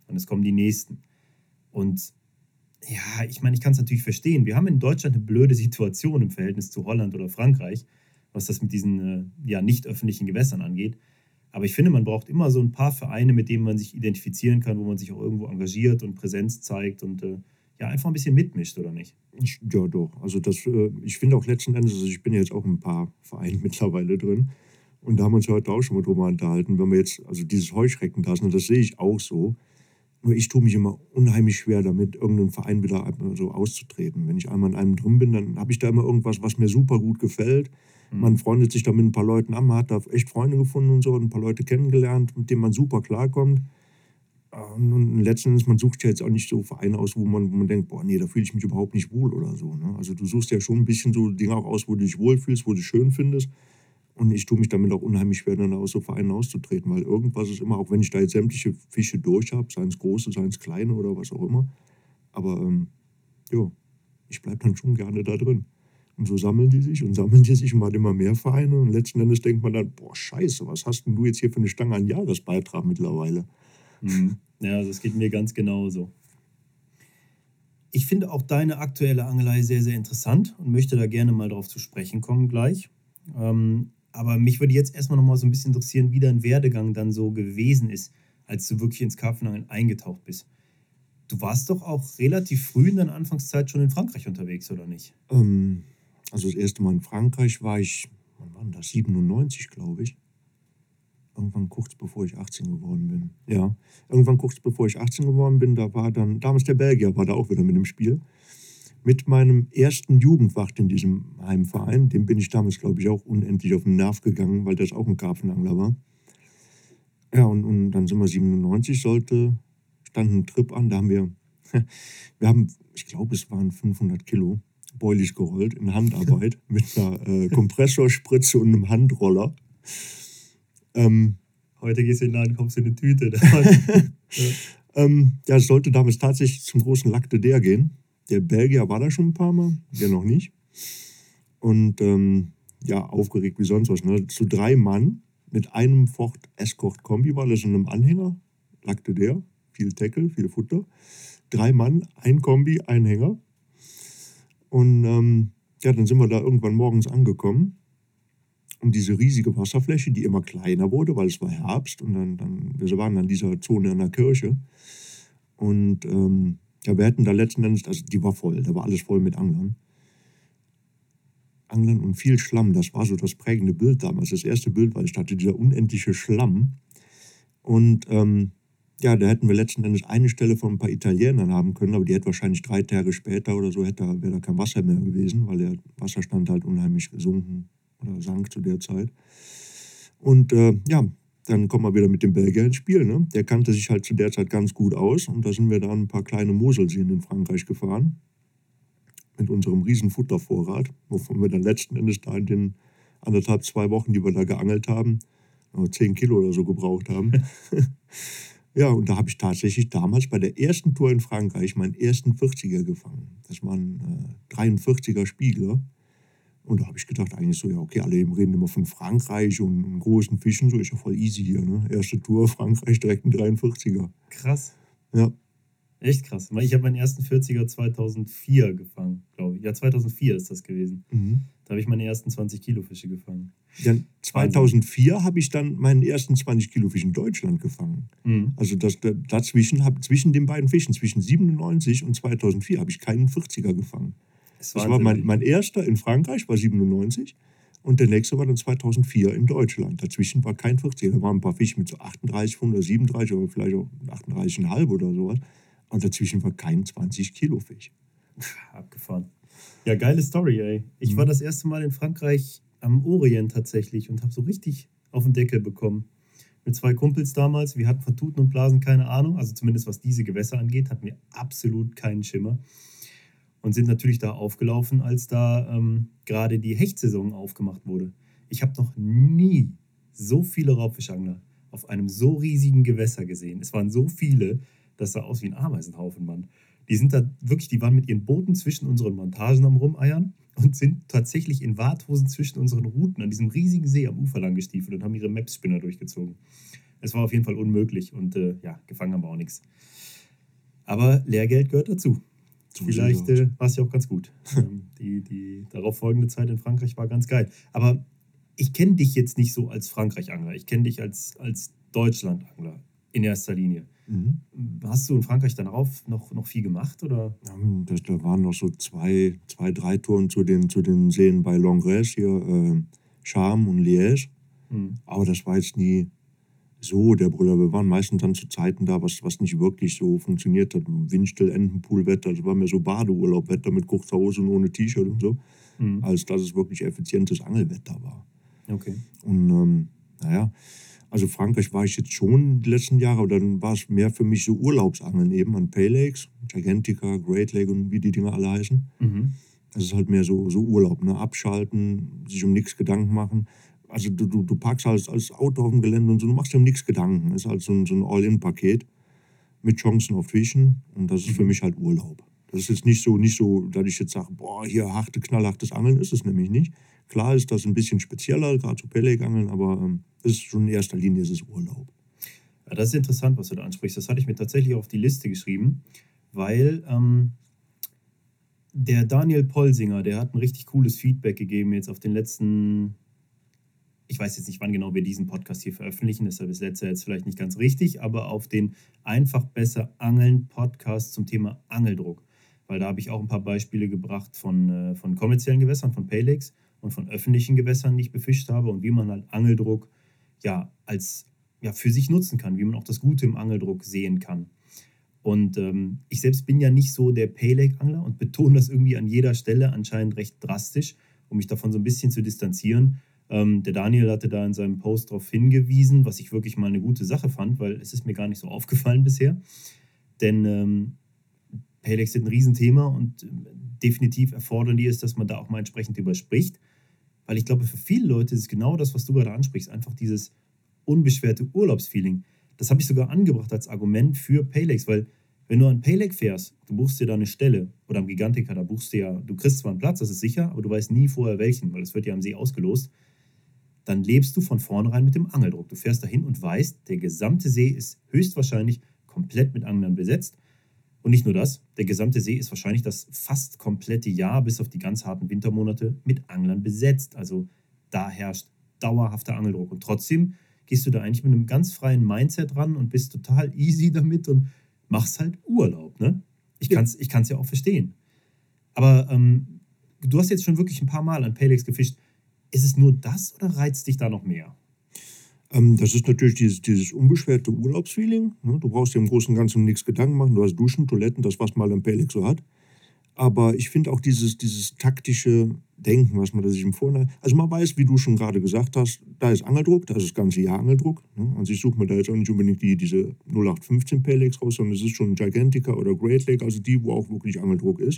Und es kommen die nächsten. Und ja, ich meine, ich kann es natürlich verstehen. Wir haben in Deutschland eine blöde Situation im Verhältnis zu Holland oder Frankreich, was das mit diesen äh, ja, nicht öffentlichen Gewässern angeht. Aber ich finde, man braucht immer so ein paar Vereine, mit denen man sich identifizieren kann, wo man sich auch irgendwo engagiert und Präsenz zeigt und äh, ja, einfach ein bisschen mitmischt, oder nicht? Ich, ja, doch. Also das, äh, ich finde auch letzten Endes, also ich bin ja jetzt auch in ein paar Vereinen mittlerweile drin. Und da haben wir uns heute auch schon mal drüber unterhalten, wenn wir jetzt, also dieses Heuschrecken da sind, das sehe ich auch so. Nur ich tue mich immer unheimlich schwer damit, irgendeinen Verein wieder so auszutreten. Wenn ich einmal in einem drin bin, dann habe ich da immer irgendwas, was mir super gut gefällt. Mhm. Man freundet sich da mit ein paar Leuten an, man hat da echt Freunde gefunden und so, und ein paar Leute kennengelernt, mit denen man super klarkommt. Und letzten Endes, man sucht ja jetzt auch nicht so Vereine aus, wo man, wo man denkt, boah, nee, da fühle ich mich überhaupt nicht wohl oder so. Ne? Also du suchst ja schon ein bisschen so Dinge auch aus, wo du dich wohlfühlst, wo du es schön findest. Und ich tue mich damit auch unheimlich schwer, dann aus so Vereinen auszutreten, weil irgendwas ist immer, auch wenn ich da jetzt sämtliche Fische durch habe, seien es große, seien es kleine oder was auch immer. Aber ähm, ja, ich bleibe dann schon gerne da drin. Und so sammeln die sich und sammeln die sich und man hat immer mehr Vereine. Und letzten Endes denkt man dann, boah, scheiße, was hast denn du jetzt hier für eine Stange an Jahresbeitrag mittlerweile? Mhm. Ja, das geht mir ganz genauso. Ich finde auch deine aktuelle Angelei sehr, sehr interessant und möchte da gerne mal drauf zu sprechen kommen gleich. Ähm, aber mich würde jetzt erstmal noch mal so ein bisschen interessieren, wie dein Werdegang dann so gewesen ist, als du wirklich ins Karpfenangeln eingetaucht bist. Du warst doch auch relativ früh in deiner Anfangszeit schon in Frankreich unterwegs, oder nicht? Ähm, also das erste Mal in Frankreich war ich, wann war denn das? siebenundneunzig, glaube ich. Irgendwann kurz bevor ich achtzehn geworden bin. Ja, irgendwann kurz bevor ich achtzehn geworden bin, da war dann, damals der Belgier, war da auch wieder mit im Spiel. Mit meinem ersten Jugendwacht in diesem Heimverein, dem bin ich damals, glaube ich, auch unendlich auf den Nerv gegangen, weil das auch ein Karpfenangler war. Ja, und, und dann sind wir siebenundneunzig, sollte, stand ein Trip an, da haben wir, wir haben, ich glaube, es waren fünfhundert Kilo Boilies gerollt in Handarbeit mit einer äh, Kompressorspritze und einem Handroller. Ähm, Heute gehst du in den Laden, kommst du in eine Tüte. ja. ähm, ja, es sollte damals tatsächlich zum großen Lac de Der gehen. Der Belgier war da schon ein paar Mal, der noch nicht. Und ähm, ja, aufgeregt wie sonst was. Ne? Zu drei Mann mit einem Ford Escort Kombi war das in einem Anhänger. Lac de Der, viel Tackle, viel Futter. Drei Mann, ein Kombi, ein Hänger. Und ähm, ja, dann sind wir da irgendwann morgens angekommen. Und diese riesige Wasserfläche, die immer kleiner wurde, weil es war Herbst. Und dann, dann wir waren an dieser Zone an der Kirche. Und ähm, ja, wir hätten da letzten Endes, also die war voll, da war alles voll mit Anglern. Anglern und viel Schlamm, das war so das prägende Bild damals. Das erste Bild, weil ich hatte dieser unendliche Schlamm. Und ähm, ja, da hätten wir letzten Endes eine Stelle von ein paar Italienern haben können, aber die hätte wahrscheinlich drei Tage später oder so, hätte, wäre da kein Wasser mehr gewesen, weil der Wasserstand halt unheimlich gesunken oder sank zu der Zeit. Und äh, ja, dann kommen wir wieder mit dem Belgier ins Spiel. Ne? Der kannte sich halt zu der Zeit ganz gut aus. Und da sind wir dann ein paar kleine Moselseen in Frankreich gefahren. Mit unserem riesen Futtervorrat. Wovon wir dann letzten Endes da in den anderthalb, zwei Wochen, die wir da geangelt haben, zehn Kilo oder so gebraucht haben. Ja, und da habe ich tatsächlich damals bei der ersten Tour in Frankreich meinen ersten vierziger gefangen. Das war ein äh, dreiundvierziger Spiegler. Und da habe ich gedacht, eigentlich so, ja, okay, alle reden immer von Frankreich und großen Fischen, so ist ja voll easy hier, ne? Erste Tour, Frankreich, direkt ein dreiundvierziger. Krass. Ja. Echt krass. Ich habe meinen ersten vierziger zweitausendvier gefangen, glaube ich. Ja, zweitausendvier ist das gewesen. Mhm. Da habe ich meine ersten zwanzig Kilo Fische gefangen. Dann zweitausendvier habe ich dann meinen ersten zwanzig Kilo Fisch in Deutschland gefangen. Mhm. Also das, dazwischen, hab, zwischen den beiden Fischen, zwischen siebenundneunzig und zweitausendvier, habe ich keinen vierziger gefangen. Das, das war mein, mein erster in Frankreich, war siebenundneunzig. Und der nächste war dann zweitausendvier in Deutschland. Dazwischen war kein vierziger. Da waren ein paar Fische mit so achtunddreißig, hundertsiebenunddreißig oder vielleicht auch achtunddreißig Komma fünf oder sowas. Und dazwischen war kein zwanzig Kilo Fisch. Abgefahren. Ja, geile Story, ey. Ich mhm. war das erste Mal in Frankreich am Orient tatsächlich und habe so richtig auf den Deckel bekommen. Mit zwei Kumpels damals. Wir hatten von Tuten und Blasen keine Ahnung. Also zumindest was diese Gewässer angeht, hatten wir absolut keinen Schimmer. Und sind natürlich da aufgelaufen, als da ähm, gerade die Hechtsaison aufgemacht wurde. Ich habe noch nie so viele Raubfischangler auf einem so riesigen Gewässer gesehen. Es waren so viele, das sah aus wie ein Ameisenhaufen, Mann. Die sind da wirklich, die waren mit ihren Booten zwischen unseren Montagen am Rumeiern und sind tatsächlich in Warthosen zwischen unseren Routen an diesem riesigen See am Ufer lang gestiefelt und haben ihre Maps-Spinner durchgezogen. Es war auf jeden Fall unmöglich und äh, ja, gefangen haben wir auch nichts. Aber Lehrgeld gehört dazu. So Vielleicht sieht's aus. äh, war es ja auch ganz gut. ähm, die, die darauf folgende Zeit in Frankreich war ganz geil. Aber ich kenne dich jetzt nicht so als Frankreich-Angler. Ich kenne dich als, als Deutschland-Angler in erster Linie. Mhm. Hast du in Frankreich darauf noch, noch viel gemacht? Oder? Ja, das, da waren noch so zwei, zwei drei Touren zu den, zu den Seen bei Langres, hier äh, Charmes und Liège. Hm. Aber das war jetzt nie so der Brüller. Wir waren meistens dann zu Zeiten da, was, was nicht wirklich so funktioniert hat. Windstill, Entenpoolwetter, das war mehr so Badeurlaubwetter mit kurzer Hose und ohne T-Shirt und so, Hm. als dass es wirklich effizientes Angelwetter war. Okay. Und ähm, naja, also Frankreich war ich jetzt schon die letzten Jahre, aber dann war es mehr für mich so Urlaubsangeln eben an Pay Lakes, Gigantica, Great Lake und wie die Dinger alle heißen. Mhm. Das ist halt mehr so, so Urlaub, ne? Abschalten, sich um nichts Gedanken machen. Also du, du, du parkst als, als Auto auf dem Gelände und so, du machst dir um nichts Gedanken. Das ist halt so ein, so ein All-In-Paket mit Chancen auf Fischen und das ist für Mhm. mich halt Urlaub. Das ist jetzt nicht so, nicht so, dass ich jetzt sage, boah, hier harte, knallhartes Angeln ist es nämlich nicht. Klar ist das ein bisschen spezieller, gerade so Pelegangeln, aber ähm, es ist schon in erster Linie ist es Urlaub. Ja, das ist interessant, was du da ansprichst. Das hatte ich mir tatsächlich auf die Liste geschrieben, weil ähm, der Daniel Polsinger, der hat ein richtig cooles Feedback gegeben jetzt auf den letzten, ich weiß jetzt nicht, wann genau wir diesen Podcast hier veröffentlichen, deshalb ist letzter jetzt vielleicht nicht ganz richtig, aber auf den Einfach besser Angeln Podcast zum Thema Angeldruck. Weil da habe ich auch ein paar Beispiele gebracht von, äh, von kommerziellen Gewässern, von Pay Lakes und von öffentlichen Gewässern, die ich befischt habe und wie man halt Angeldruck ja als ja, für sich nutzen kann, wie man auch das Gute im Angeldruck sehen kann. Und ähm, ich selbst bin ja nicht so der Pay-Lake-Angler und betone das irgendwie an jeder Stelle anscheinend recht drastisch, um mich davon so ein bisschen zu distanzieren. Ähm, der Daniel hatte da in seinem Post darauf hingewiesen, was ich wirklich mal eine gute Sache fand, weil es ist mir gar nicht so aufgefallen bisher. Denn ähm, Pay-Lakes sind ein Riesenthema und äh, definitiv erfordern die es, dass man da auch mal entsprechend drüber spricht. Weil ich glaube, für viele Leute ist es genau das, was du gerade ansprichst, einfach dieses unbeschwerte Urlaubsfeeling. Das habe ich sogar angebracht als Argument für Pay Lakes, weil wenn du an Pay Lake fährst, du buchst dir da eine Stelle oder am Gigantica, da buchst du ja, du kriegst zwar einen Platz, das ist sicher, aber du weißt nie vorher welchen, weil das wird ja am See ausgelost, dann lebst du von vornherein mit dem Angeldruck. Du fährst dahin und weißt, der gesamte See ist höchstwahrscheinlich komplett mit Anglern besetzt. Und nicht nur das, der gesamte See ist wahrscheinlich das fast komplette Jahr bis auf die ganz harten Wintermonate mit Anglern besetzt. Also da herrscht dauerhafter Angeldruck. Und trotzdem gehst du da eigentlich mit einem ganz freien Mindset ran und bist total easy damit und machst halt Urlaub. Ne? Ich Ja. kann es ich kann's ja auch verstehen. Aber ähm, du hast jetzt schon wirklich ein paar Mal an Pay Lakes gefischt. Ist es nur das oder reizt dich da noch mehr? Ähm, das ist natürlich dieses, dieses unbeschwerte Urlaubsfeeling. Ne? Du brauchst dir im Großen und Ganzen um nichts Gedanken machen. Du hast Duschen, Toiletten, das, was man am Pay Lake so hat. Aber ich finde auch dieses, dieses taktische Denken, was man da sich im Vorhinein. Also man weiß, wie du schon gerade gesagt hast, da ist Angeldruck, da ist das ganze Jahr Angeldruck. Ne? Also ich suche mir da jetzt auch nicht unbedingt die, diese null acht fünfzehn Pay Lakes raus, sondern es ist schon Gigantica oder Great Lake, also die, wo auch wirklich Angeldruck ist.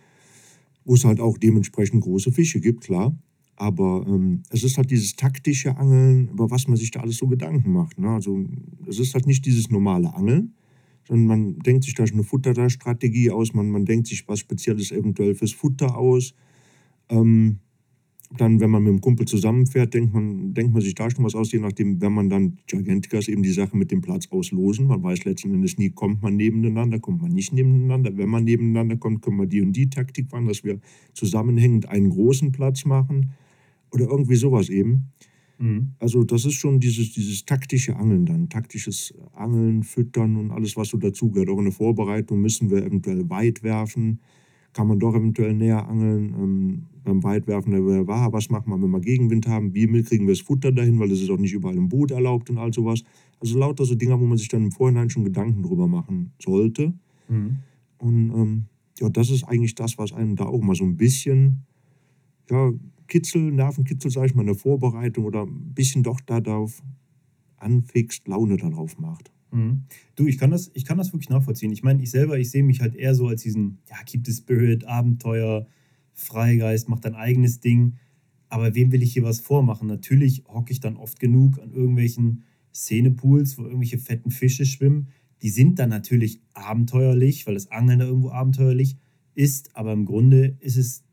Wo es halt auch dementsprechend große Fische gibt, klar. Aber ähm, es ist halt dieses taktische Angeln, über was man sich da alles so Gedanken macht. Ne? Also es ist halt nicht dieses normale Angeln, sondern man denkt sich da eine Futterstrategie aus, man, man denkt sich was Spezielles eventuell fürs Futter aus. Ähm, dann, wenn man mit dem Kumpel zusammenfährt, denkt man, denkt man sich da schon was aus, je nachdem, wenn man dann Giganticas eben die Sache mit dem Platz auslosen. Man weiß letzten Endes nie, kommt man nebeneinander, kommt man nicht nebeneinander. Wenn man nebeneinander kommt, können wir die und die Taktik fahren, dass wir zusammenhängend einen großen Platz machen oder irgendwie sowas eben. Mhm. Also das ist schon dieses, dieses taktische Angeln dann, taktisches Angeln, Füttern und alles, was so dazugehört. Auch in der Vorbereitung müssen wir eventuell weit werfen, kann man doch eventuell näher angeln. Ähm, beim Weitwerfen, der war, was machen wir, wenn wir Gegenwind haben, wie kriegen wir das Futter dahin, weil das ist auch nicht überall im Boot erlaubt und all sowas. Also lauter so Dinger, wo man sich dann im Vorhinein schon Gedanken drüber machen sollte. Mhm. Und ähm, ja, das ist eigentlich das, was einem da auch mal so ein bisschen, ja, Kitzel, Nervenkitzel, sage ich mal, in der Vorbereitung oder ein bisschen doch darauf anfixt, Laune darauf macht. Mhm. Du, ich kann das, ich kann das wirklich nachvollziehen. Ich meine, ich selber, ich sehe mich halt eher so als diesen, ja, Keep the Spirit, Abenteuer, Freigeist, mach dein eigenes Ding. Aber wem will ich hier was vormachen? Natürlich hocke ich dann oft genug an irgendwelchen Szenepools, wo irgendwelche fetten Fische schwimmen. Die sind dann natürlich abenteuerlich, weil das Angeln da irgendwo abenteuerlich ist. Aber im Grunde ist es,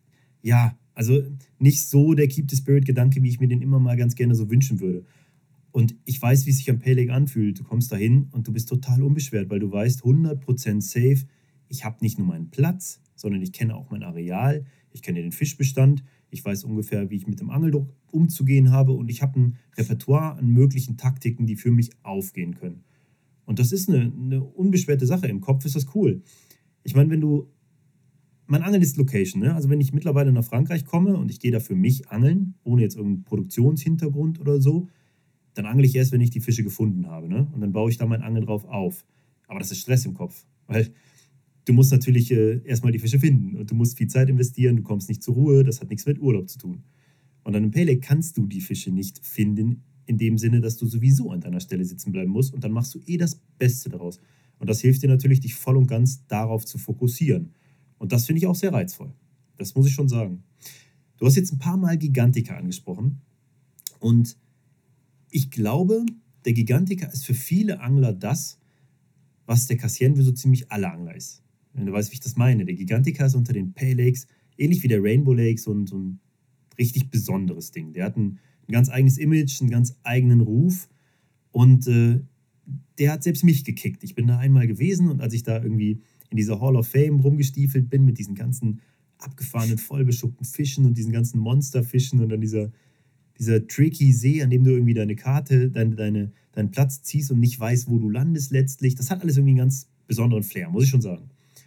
ja, also nicht so der Keep the Spirit-Gedanke, wie ich mir den immer mal ganz gerne so wünschen würde. Und ich weiß, wie es sich am Pay Lake anfühlt. Du kommst da hin und du bist total unbeschwert, weil du weißt, hundert Prozent safe, ich habe nicht nur meinen Platz, sondern ich kenne auch mein Areal, ich kenne den Fischbestand, ich weiß ungefähr, wie ich mit dem Angeldruck umzugehen habe und ich habe ein Repertoire an möglichen Taktiken, die für mich aufgehen können. Und das ist eine, eine unbeschwerte Sache. Im Kopf ist das cool. Ich meine, wenn du, mein Angeln ist Location, ne? Also wenn ich mittlerweile nach Frankreich komme und ich gehe da für mich angeln, ohne jetzt irgendeinen Produktionshintergrund oder so, dann angle ich erst, wenn ich die Fische gefunden habe, ne? Und dann baue ich da mein Angeln drauf auf. Aber das ist Stress im Kopf, weil du musst natürlich äh, erstmal die Fische finden und du musst viel Zeit investieren, du kommst nicht zur Ruhe, das hat nichts mit Urlaub zu tun. Und dann im Pay Lake kannst du die Fische nicht finden, in dem Sinne, dass du sowieso an deiner Stelle sitzen bleiben musst und dann machst du eh das Beste daraus. Und das hilft dir natürlich, dich voll und ganz darauf zu fokussieren. Und das finde ich auch sehr reizvoll. Das muss ich schon sagen. Du hast jetzt ein paar Mal Gigantica angesprochen und ich glaube, der Gigantica ist für viele Angler das, was der Cassien für so ziemlich alle Angler ist. Wenn du weißt, wie ich das meine. Der Gigantica ist unter den Pay Lakes, ähnlich wie der Rainbow Lake, so ein, so ein richtig besonderes Ding. Der hat ein, ein ganz eigenes Image, einen ganz eigenen Ruf und äh, der hat selbst mich gekickt. Ich bin da einmal gewesen und als ich da irgendwie in dieser Hall of Fame rumgestiefelt bin mit diesen ganzen abgefahrenen, vollbeschuppten Fischen und diesen ganzen Monsterfischen und dann dieser, dieser tricky See, an dem du irgendwie deine Karte, deine, deine, deinen Platz ziehst und nicht weißt, wo du landest letztlich. Das hat alles irgendwie einen ganz besonderen Flair, muss ich schon sagen.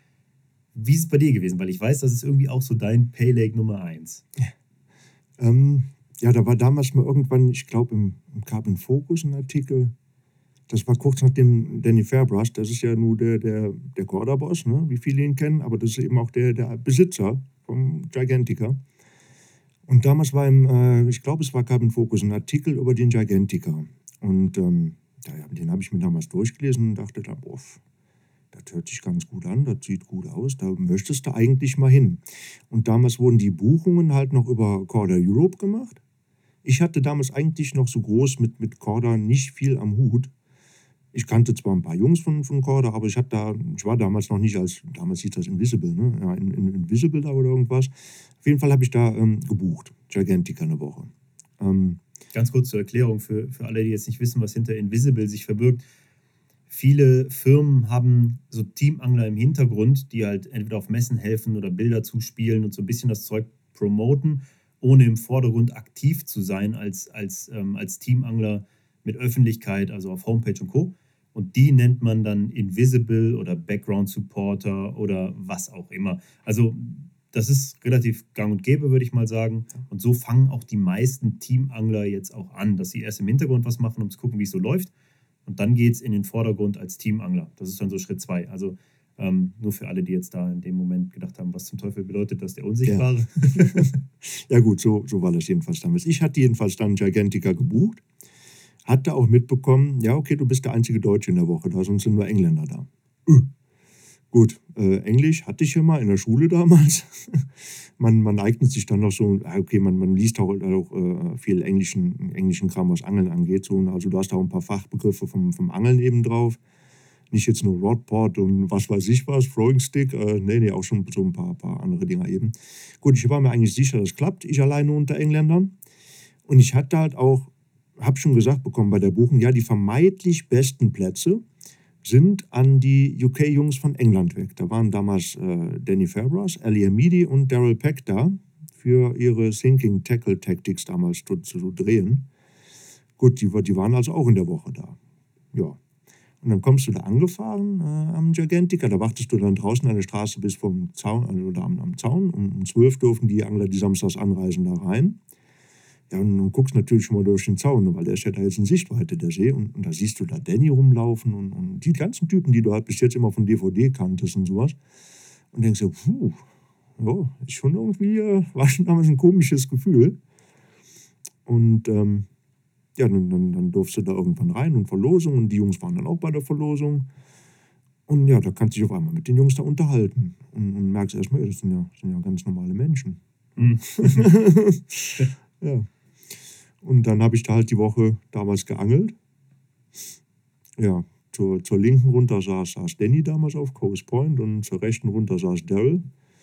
Wie ist es bei dir gewesen? Weil ich weiß, das ist irgendwie auch so dein Pay Lake Nummer eins. Ähm, ja, da war damals mal irgendwann, ich glaube, im, im Carbon Focus ein Artikel. Das war kurz nach dem Danny Fairbrush. Das ist ja nur der, der, der Korda-Boss, ne? Wie viele ihn kennen. Aber das ist eben auch der, der Besitzer vom Gigantica. Und damals war im, äh, ich glaube, es war Carbon Focus, ein Artikel über den Gigantica. Und ähm, ja, den habe ich mir damals durchgelesen und dachte da, boah, das hört sich ganz gut an, das sieht gut aus, da möchtest du eigentlich mal hin. Und damals wurden die Buchungen halt noch über Korda Europe gemacht. Ich hatte damals eigentlich noch so groß mit, mit Korda nicht viel am Hut. Ich kannte zwar ein paar Jungs von, von Korda, aber ich, da, ich war damals noch nicht als, damals hieß das Invisible, ne? Ja, in, in Invisible da oder irgendwas. Auf jeden Fall habe ich da ähm, gebucht, Gigantica eine Woche. Ähm, Ganz kurz zur Erklärung für, für alle, die jetzt nicht wissen, was hinter Invisible sich verbirgt. Viele Firmen haben so Teamangler im Hintergrund, die halt entweder auf Messen helfen oder Bilder zuspielen und so ein bisschen das Zeug promoten, ohne im Vordergrund aktiv zu sein als, als, ähm, als Teamangler mit Öffentlichkeit, also auf Homepage und Co. Und die nennt man dann Invisible oder Background Supporter oder was auch immer. Also das ist relativ gang und gäbe, würde ich mal sagen. Und so fangen auch die meisten Teamangler jetzt auch an, dass sie erst im Hintergrund was machen, um zu gucken, wie es so läuft. Und dann geht es in den Vordergrund als Teamangler. Das ist dann so Schritt zwei. Also ähm, nur für alle, die jetzt da in dem Moment gedacht haben, was zum Teufel bedeutet das, der Unsichtbare. Ja, ja gut, so, so war das jedenfalls damals. Ich hatte jedenfalls dann Gigantica gebucht. Hatte auch mitbekommen, ja okay, du bist der einzige Deutsche in der Woche da, sonst sind nur Engländer da. Uh. Gut, äh, Englisch hatte ich ja mal in der Schule damals. man, man eignet sich dann noch so, okay, man, man liest auch, auch äh, viel englischen, englischen Kram, was Angeln angeht. So, also du hast auch ein paar Fachbegriffe vom, vom Angeln eben drauf. Nicht jetzt nur Rodpod und was weiß ich was, Throwing Stick, äh, nee, nee, auch schon so ein paar, paar andere Dinger eben. Gut, ich war mir eigentlich sicher, das klappt, ich alleine unter Engländern. Und ich hatte halt auch, habe schon gesagt bekommen bei der Buchung, ja, die vermeintlich besten Plätze sind an die U K-Jungs von England weg. Da waren damals äh, Danny Fairbrush, Ali Hamidi und Daryl Peck da für ihre Sinking Tackle Tactics damals zu, zu drehen. Gut, die, die waren also auch in der Woche da. Ja. Und dann kommst du da angefahren äh, am Gigantica, da wartest du dann draußen an der Straße bis vom Zaun, also da am, am Zaun. Um, um zwölf durften die Angler, die samstags anreisen, da rein. Ja, und du guckst natürlich schon mal durch den Zaun, weil der ist ja da jetzt in Sichtweite, der See. Und, und da siehst du da Danny rumlaufen und, und die ganzen Typen, die du halt bis jetzt immer von D V D kanntest und sowas. Und denkst du, puh, ja, ist schon irgendwie, äh, war schon damals ein komisches Gefühl. Und ähm, ja, dann, dann, dann durfst du da irgendwann rein und Verlosung. Und die Jungs waren dann auch bei der Verlosung. Und ja, da kannst du dich auf einmal mit den Jungs da unterhalten. Und, und merkst erstmal, ja, das sind ja, das sind ja ganz normale Menschen. Mhm. Ja. Und dann habe ich da halt die Woche damals geangelt. Ja, zur, zur linken runter saß, saß Danny damals auf Coast Point und zur rechten runter saß Daryl.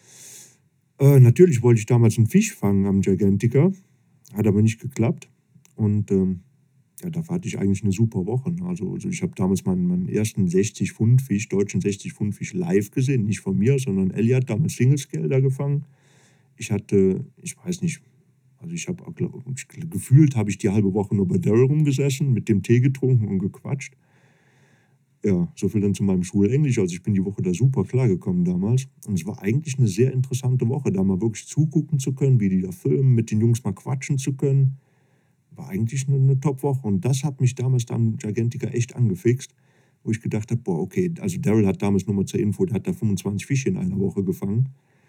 Äh, natürlich wollte ich damals einen Fisch fangen am Gigantica, hat aber nicht geklappt. Und ähm, ja, da hatte ich eigentlich eine super Woche. Also, also ich habe damals meinen, meinen ersten sechzig Pfund Fisch, deutschen sechzig Pfund Fisch live gesehen. Nicht von mir, sondern Ellie hat damals Single-Scale da gefangen. Ich hatte, ich weiß nicht, also ich habe gefühlt, habe ich die halbe Woche nur bei Daryl rumgesessen, mit dem Tee getrunken und gequatscht. Ja, so viel dann zu meinem Schulenglisch. Also ich bin die Woche da super klargekommen damals. Und es war eigentlich eine sehr interessante Woche, da mal wirklich zugucken zu können, wie die da filmen, mit den Jungs mal quatschen zu können. War eigentlich eine, eine Top-Woche. Und das hat mich damals dann Gigantica echt angefixt, wo ich gedacht habe, boah, okay, also Daryl hat damals nur mal zur Info, der hat da fünfundzwanzig Fische in einer Woche gefangen.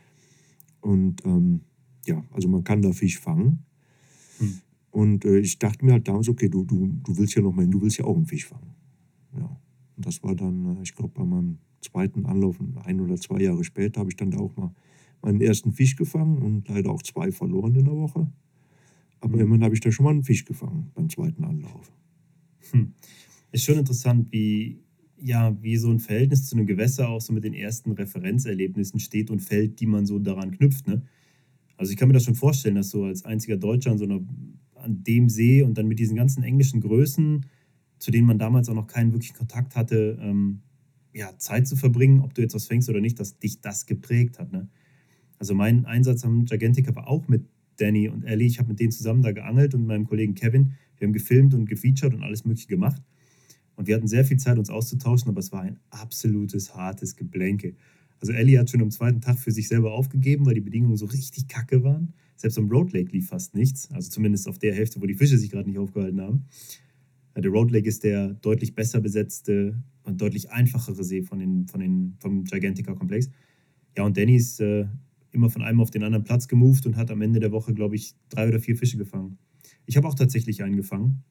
Und ähm, ja, also man kann da Fisch fangen. Hm. Und äh, ich dachte mir halt damals, okay, du, du, du willst ja noch mal hin, du willst ja auch einen Fisch fangen. Ja. Und das war dann, ich glaube, bei meinem zweiten Anlauf, ein oder zwei Jahre später, habe ich dann da auch mal meinen ersten Fisch gefangen und leider auch zwei verloren in der Woche. Aber Mhm. immerhin habe ich da schon mal einen Fisch gefangen beim zweiten Anlauf. Hm. Ist schon interessant, wie, ja, wie so ein Verhältnis zu einem Gewässer auch so mit den ersten Referenzerlebnissen steht und fällt, die man so daran knüpft. Ne? Also ich kann mir das schon vorstellen, dass so als einziger Deutscher an, so einer, an dem See und dann mit diesen ganzen englischen Größen, zu denen man damals auch noch keinen wirklichen Kontakt hatte, ähm, ja, Zeit zu verbringen, ob du jetzt was fängst oder nicht, dass dich das geprägt hat. Ne? Also mein Einsatz am Gigantica war auch mit Danny und Ellie. Ich habe mit denen zusammen da geangelt und meinem Kollegen Kevin. Wir haben gefilmt und gefeatured und alles Mögliche gemacht. Und wir hatten sehr viel Zeit, uns auszutauschen, aber es war ein absolutes hartes Geblänke. Also Ellie hat schon am zweiten Tag für sich selber aufgegeben, weil die Bedingungen so richtig kacke waren. Selbst am Road Lake lief fast nichts. Also zumindest auf der Hälfte, wo die Fische sich gerade nicht aufgehalten haben. Der Road Lake ist der deutlich besser besetzte und deutlich einfachere See von den, von den, vom Gigantica-Komplex. Ja, und Danny ist äh, immer von einem auf den anderen Platz gemoved und hat am Ende der Woche, glaube ich, drei oder vier Fische gefangen. Ich habe auch tatsächlich einen gefangen.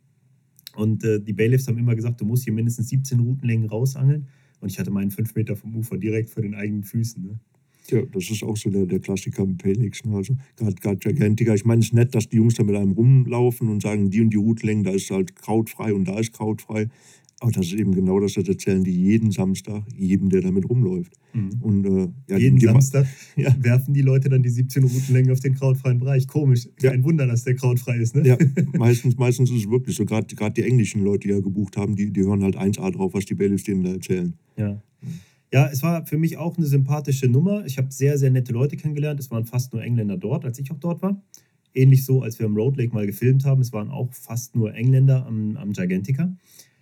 Und äh, die Bailiffs haben immer gesagt, du musst hier mindestens siebzehn Routenlängen rausangeln. Und ich hatte meinen fünf Meter vom Ufer direkt vor den eigenen Füßen. Ne? Ja, das ist auch so der, der Klassiker mit Pelix. Ne? Also gerade Gigantica. Ich meine, es ist nett, dass die Jungs da mit einem rumlaufen und sagen, die und die Routenlängen, da ist halt krautfrei und da ist krautfrei. Aber das ist eben genau das, das erzählen die jeden Samstag, jedem, der damit rumläuft. Mhm. Und, äh, ja, jeden die, Samstag ja. werfen die Leute dann die siebzehn Routenlängen auf den krautfreien Bereich. Komisch. Kein ja. Wunder, dass der krautfrei ist. Ne? Ja, meistens, meistens ist es wirklich so. Gerade die englischen Leute, die ja gebucht haben, die, die hören halt eins A drauf, was die Bailiffs denen da erzählen. Ja. Ja, es war für mich auch eine sympathische Nummer. Ich habe sehr, sehr nette Leute kennengelernt. Es waren fast nur Engländer dort, als ich auch dort war. Ähnlich so, als wir am Road Lake mal gefilmt haben. Es waren auch fast nur Engländer am, am Gigantica.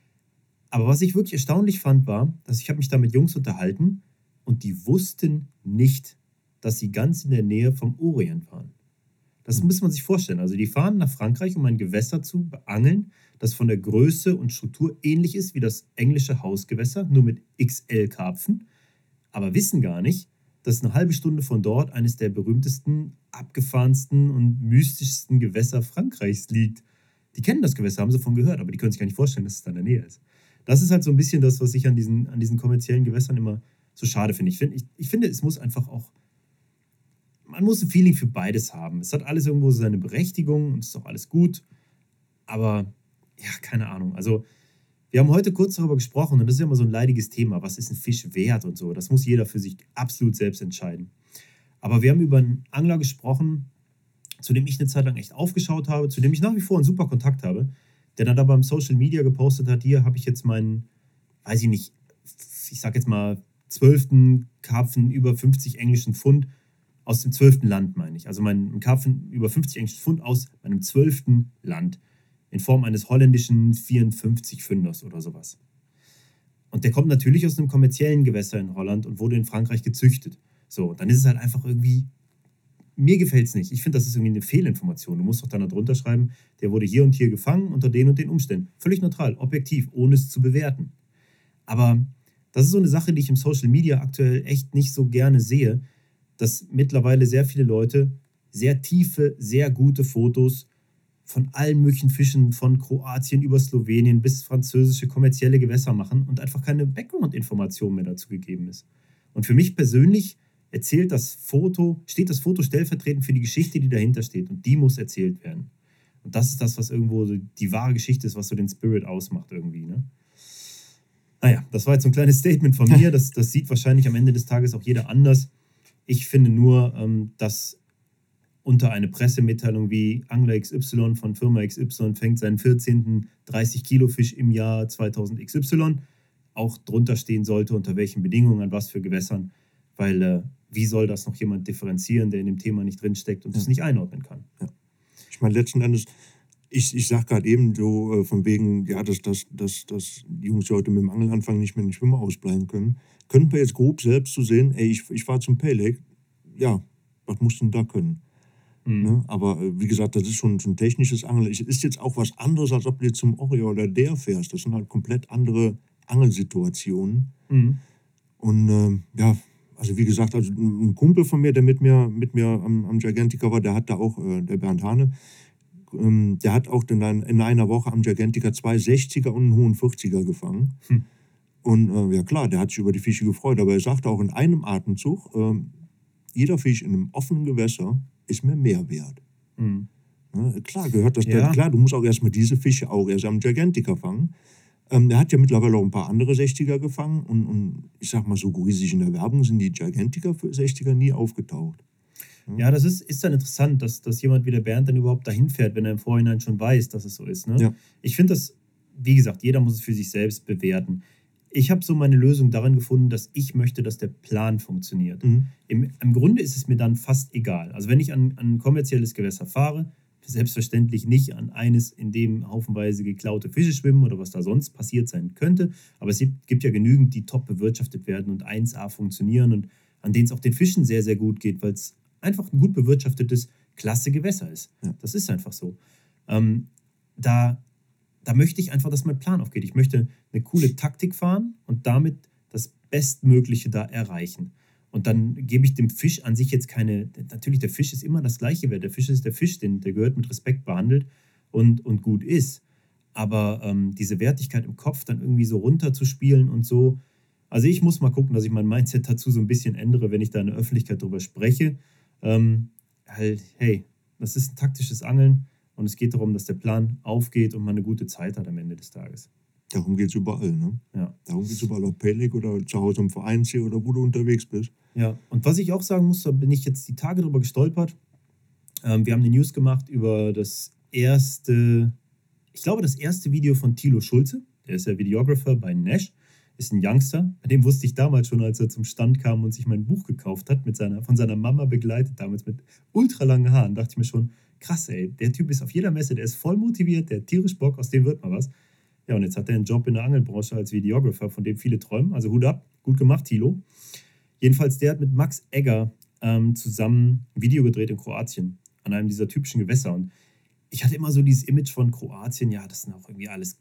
Aber was ich wirklich erstaunlich fand, war, dass ich habe mich da mit Jungs unterhalten und die wussten nicht, dass sie ganz in der Nähe vom Orient waren. Das muss man sich vorstellen. Also die fahren nach Frankreich, um ein Gewässer zu beangeln, das von der Größe und Struktur ähnlich ist wie das englische Hausgewässer, nur mit X L-Karpfen, aber wissen gar nicht, dass eine halbe Stunde von dort eines der berühmtesten, abgefahrensten und mystischsten Gewässer Frankreichs liegt. Die kennen das Gewässer, haben sie davon gehört, aber die können sich gar nicht vorstellen, dass es da in der Nähe ist. Das ist halt so ein bisschen das, was ich an diesen, an diesen kommerziellen Gewässern immer so schade finde. Ich, find, ich, ich finde, es muss einfach auch, man muss ein Feeling für beides haben. Es hat alles irgendwo seine Berechtigung und es ist auch alles gut, aber ja, keine Ahnung. Also wir haben heute kurz darüber gesprochen und das ist ja immer so ein leidiges Thema. Was ist ein Fisch wert und so? Das muss jeder für sich absolut selbst entscheiden. Aber wir haben über einen Angler gesprochen, zu dem ich eine Zeit lang echt aufgeschaut habe, zu dem ich nach wie vor einen super Kontakt habe, der dann da beim Social Media gepostet hat, hier habe ich jetzt meinen, weiß ich nicht, ich sag jetzt mal zwölften Karpfen über fünfzig englischen Pfund aus dem zwölften Land, meine ich. Also meinen Karpfen über fünfzig englischen Pfund aus meinem zwölften Land in Form eines holländischen vierundfünfzig Pfünders oder sowas. Und der kommt natürlich aus einem kommerziellen Gewässer in Holland und wurde in Frankreich gezüchtet. So, dann ist es halt einfach irgendwie, mir gefällt es nicht. Ich finde, das ist irgendwie eine Fehlinformation. Du musst doch dann da drunter schreiben, der wurde hier und hier gefangen unter den und den Umständen. Völlig neutral, objektiv, ohne es zu bewerten. Aber das ist so eine Sache, die ich im Social Media aktuell echt nicht so gerne sehe, dass mittlerweile sehr viele Leute sehr tiefe, sehr gute Fotos von allen möglichen Fischen, von Kroatien über Slowenien bis französische kommerzielle Gewässer machen und einfach keine Background-Information mehr dazu gegeben ist. Und für mich persönlich erzählt das Foto, steht das Foto stellvertretend für die Geschichte, die dahinter steht. Und die muss erzählt werden. Und das ist das, was irgendwo so die wahre Geschichte ist, was so den Spirit ausmacht irgendwie. Ne? Naja, das war jetzt so ein kleines Statement von mir. Das, das sieht wahrscheinlich am Ende des Tages auch jeder anders. Ich finde nur, ähm, dass unter eine Pressemitteilung wie Angler X Y von Firma X Y fängt seinen vierzehnten dreißig Kilo Fisch im Jahr zweitausend X Y, auch drunter stehen sollte, unter welchen Bedingungen, an was für Gewässern, weil äh, wie soll das noch jemand differenzieren, der in dem Thema nicht drinsteckt und es Ja. nicht einordnen kann? Ja. Ich meine, letzten Endes, ich, ich sage gerade eben so äh, von wegen, ja, dass, dass, dass, dass die Jungs die heute mit dem Angeln anfangen, nicht mehr in den Schwimmer ausbleiben können. Könnten wir jetzt grob selbst zu sehen, ey, ich, ich fahre zum Pay Lake, ja, was musst du denn da können? Mhm. Ne? Aber äh, wie gesagt, das ist schon so ein technisches Angeln. Es ist jetzt auch was anderes, als ob du jetzt zum Orient oder der fährst. Das sind halt komplett andere Angelsituationen. Mhm. Und ähm, ja, also wie gesagt, also ein Kumpel von mir, der mit mir, mit mir am, am Gigantica war, der hat da auch, äh, der Bernd Hane, ähm, der hat auch in, ein, in einer Woche am Gigantica zwei sechziger und einen hohen vierziger gefangen. Hm. Und äh, ja klar, der hat sich über die Fische gefreut, aber er sagte auch in einem Atemzug, ähm, jeder Fisch in einem offenen Gewässer ist mir mehr wert. Mhm. Ne? Klar gehört das, Ja. klar, du musst auch erstmal diese Fische auch erst am Gigantica fangen. Ähm, er hat ja mittlerweile auch ein paar andere sechziger gefangen und, und ich sag mal so riesig in der Werbung sind die Gigantica für sechziger nie aufgetaucht. Ja, das ist, ist dann interessant, dass, dass jemand wie der Bernd dann überhaupt dahin fährt, wenn er im Vorhinein schon weiß, dass es so ist. Ne? Ja. Ich finde das, wie gesagt, jeder muss es für sich selbst bewerten. Ich habe so meine Lösung darin gefunden, dass ich möchte, dass der Plan funktioniert. Mhm. Im, Im Grunde ist es mir dann fast egal. Also wenn ich an, an ein kommerzielles Gewässer fahre, selbstverständlich nicht an eines, in dem haufenweise geklaute Fische schwimmen oder was da sonst passiert sein könnte. Aber es gibt ja genügend, die top bewirtschaftet werden und eins A funktionieren und an denen es auch den Fischen sehr, sehr gut geht, weil es einfach ein gut bewirtschaftetes, klasse Gewässer ist. Ja. Das ist einfach so. Ähm, da, da möchte ich einfach, dass mein Plan aufgeht. Ich möchte eine coole Taktik fahren und damit das Bestmögliche da erreichen. Und dann gebe ich dem Fisch an sich jetzt keine, natürlich, der Fisch ist immer das gleiche Wert. Der Fisch ist der Fisch, den, der gehört mit Respekt behandelt und, und gut ist. Aber ähm, diese Wertigkeit im Kopf dann irgendwie so runterzuspielen und so, also ich muss mal gucken, dass ich mein Mindset dazu so ein bisschen ändere, wenn ich da in der Öffentlichkeit drüber spreche. Ähm, halt, hey, das ist ein taktisches Angeln und es geht darum, dass der Plan aufgeht und man eine gute Zeit hat am Ende des Tages. Darum geht es überall, ne? Ja. Darum geht es überall, ob Pay Lake oder zu Hause am Vereinssee oder wo du unterwegs bist. Ja, und was ich auch sagen muss, da bin ich jetzt die Tage drüber gestolpert. Ähm, wir haben eine News gemacht über das erste, ich glaube, das erste Video von Thilo Schulze. Der ist ja Videographer bei Nash, ist ein Youngster. Bei dem wusste ich damals schon, als er zum Stand kam und sich mein Buch gekauft hat, mit seiner, von seiner Mama begleitet, damals mit ultralangen Haaren, dachte ich mir schon, krass, ey, der Typ ist auf jeder Messe, der ist voll motiviert, der hat tierisch Bock, aus dem wird mal was. Ja, und jetzt hat er einen Job in der Angelbranche als Videographer, von dem viele träumen. Also Hut ab, gut gemacht, Thilo. Jedenfalls, der hat mit Max Egger ähm, zusammen ein Video gedreht in Kroatien, an einem dieser typischen Gewässer. Und ich hatte immer so dieses Image von Kroatien, ja, das sind auch irgendwie alles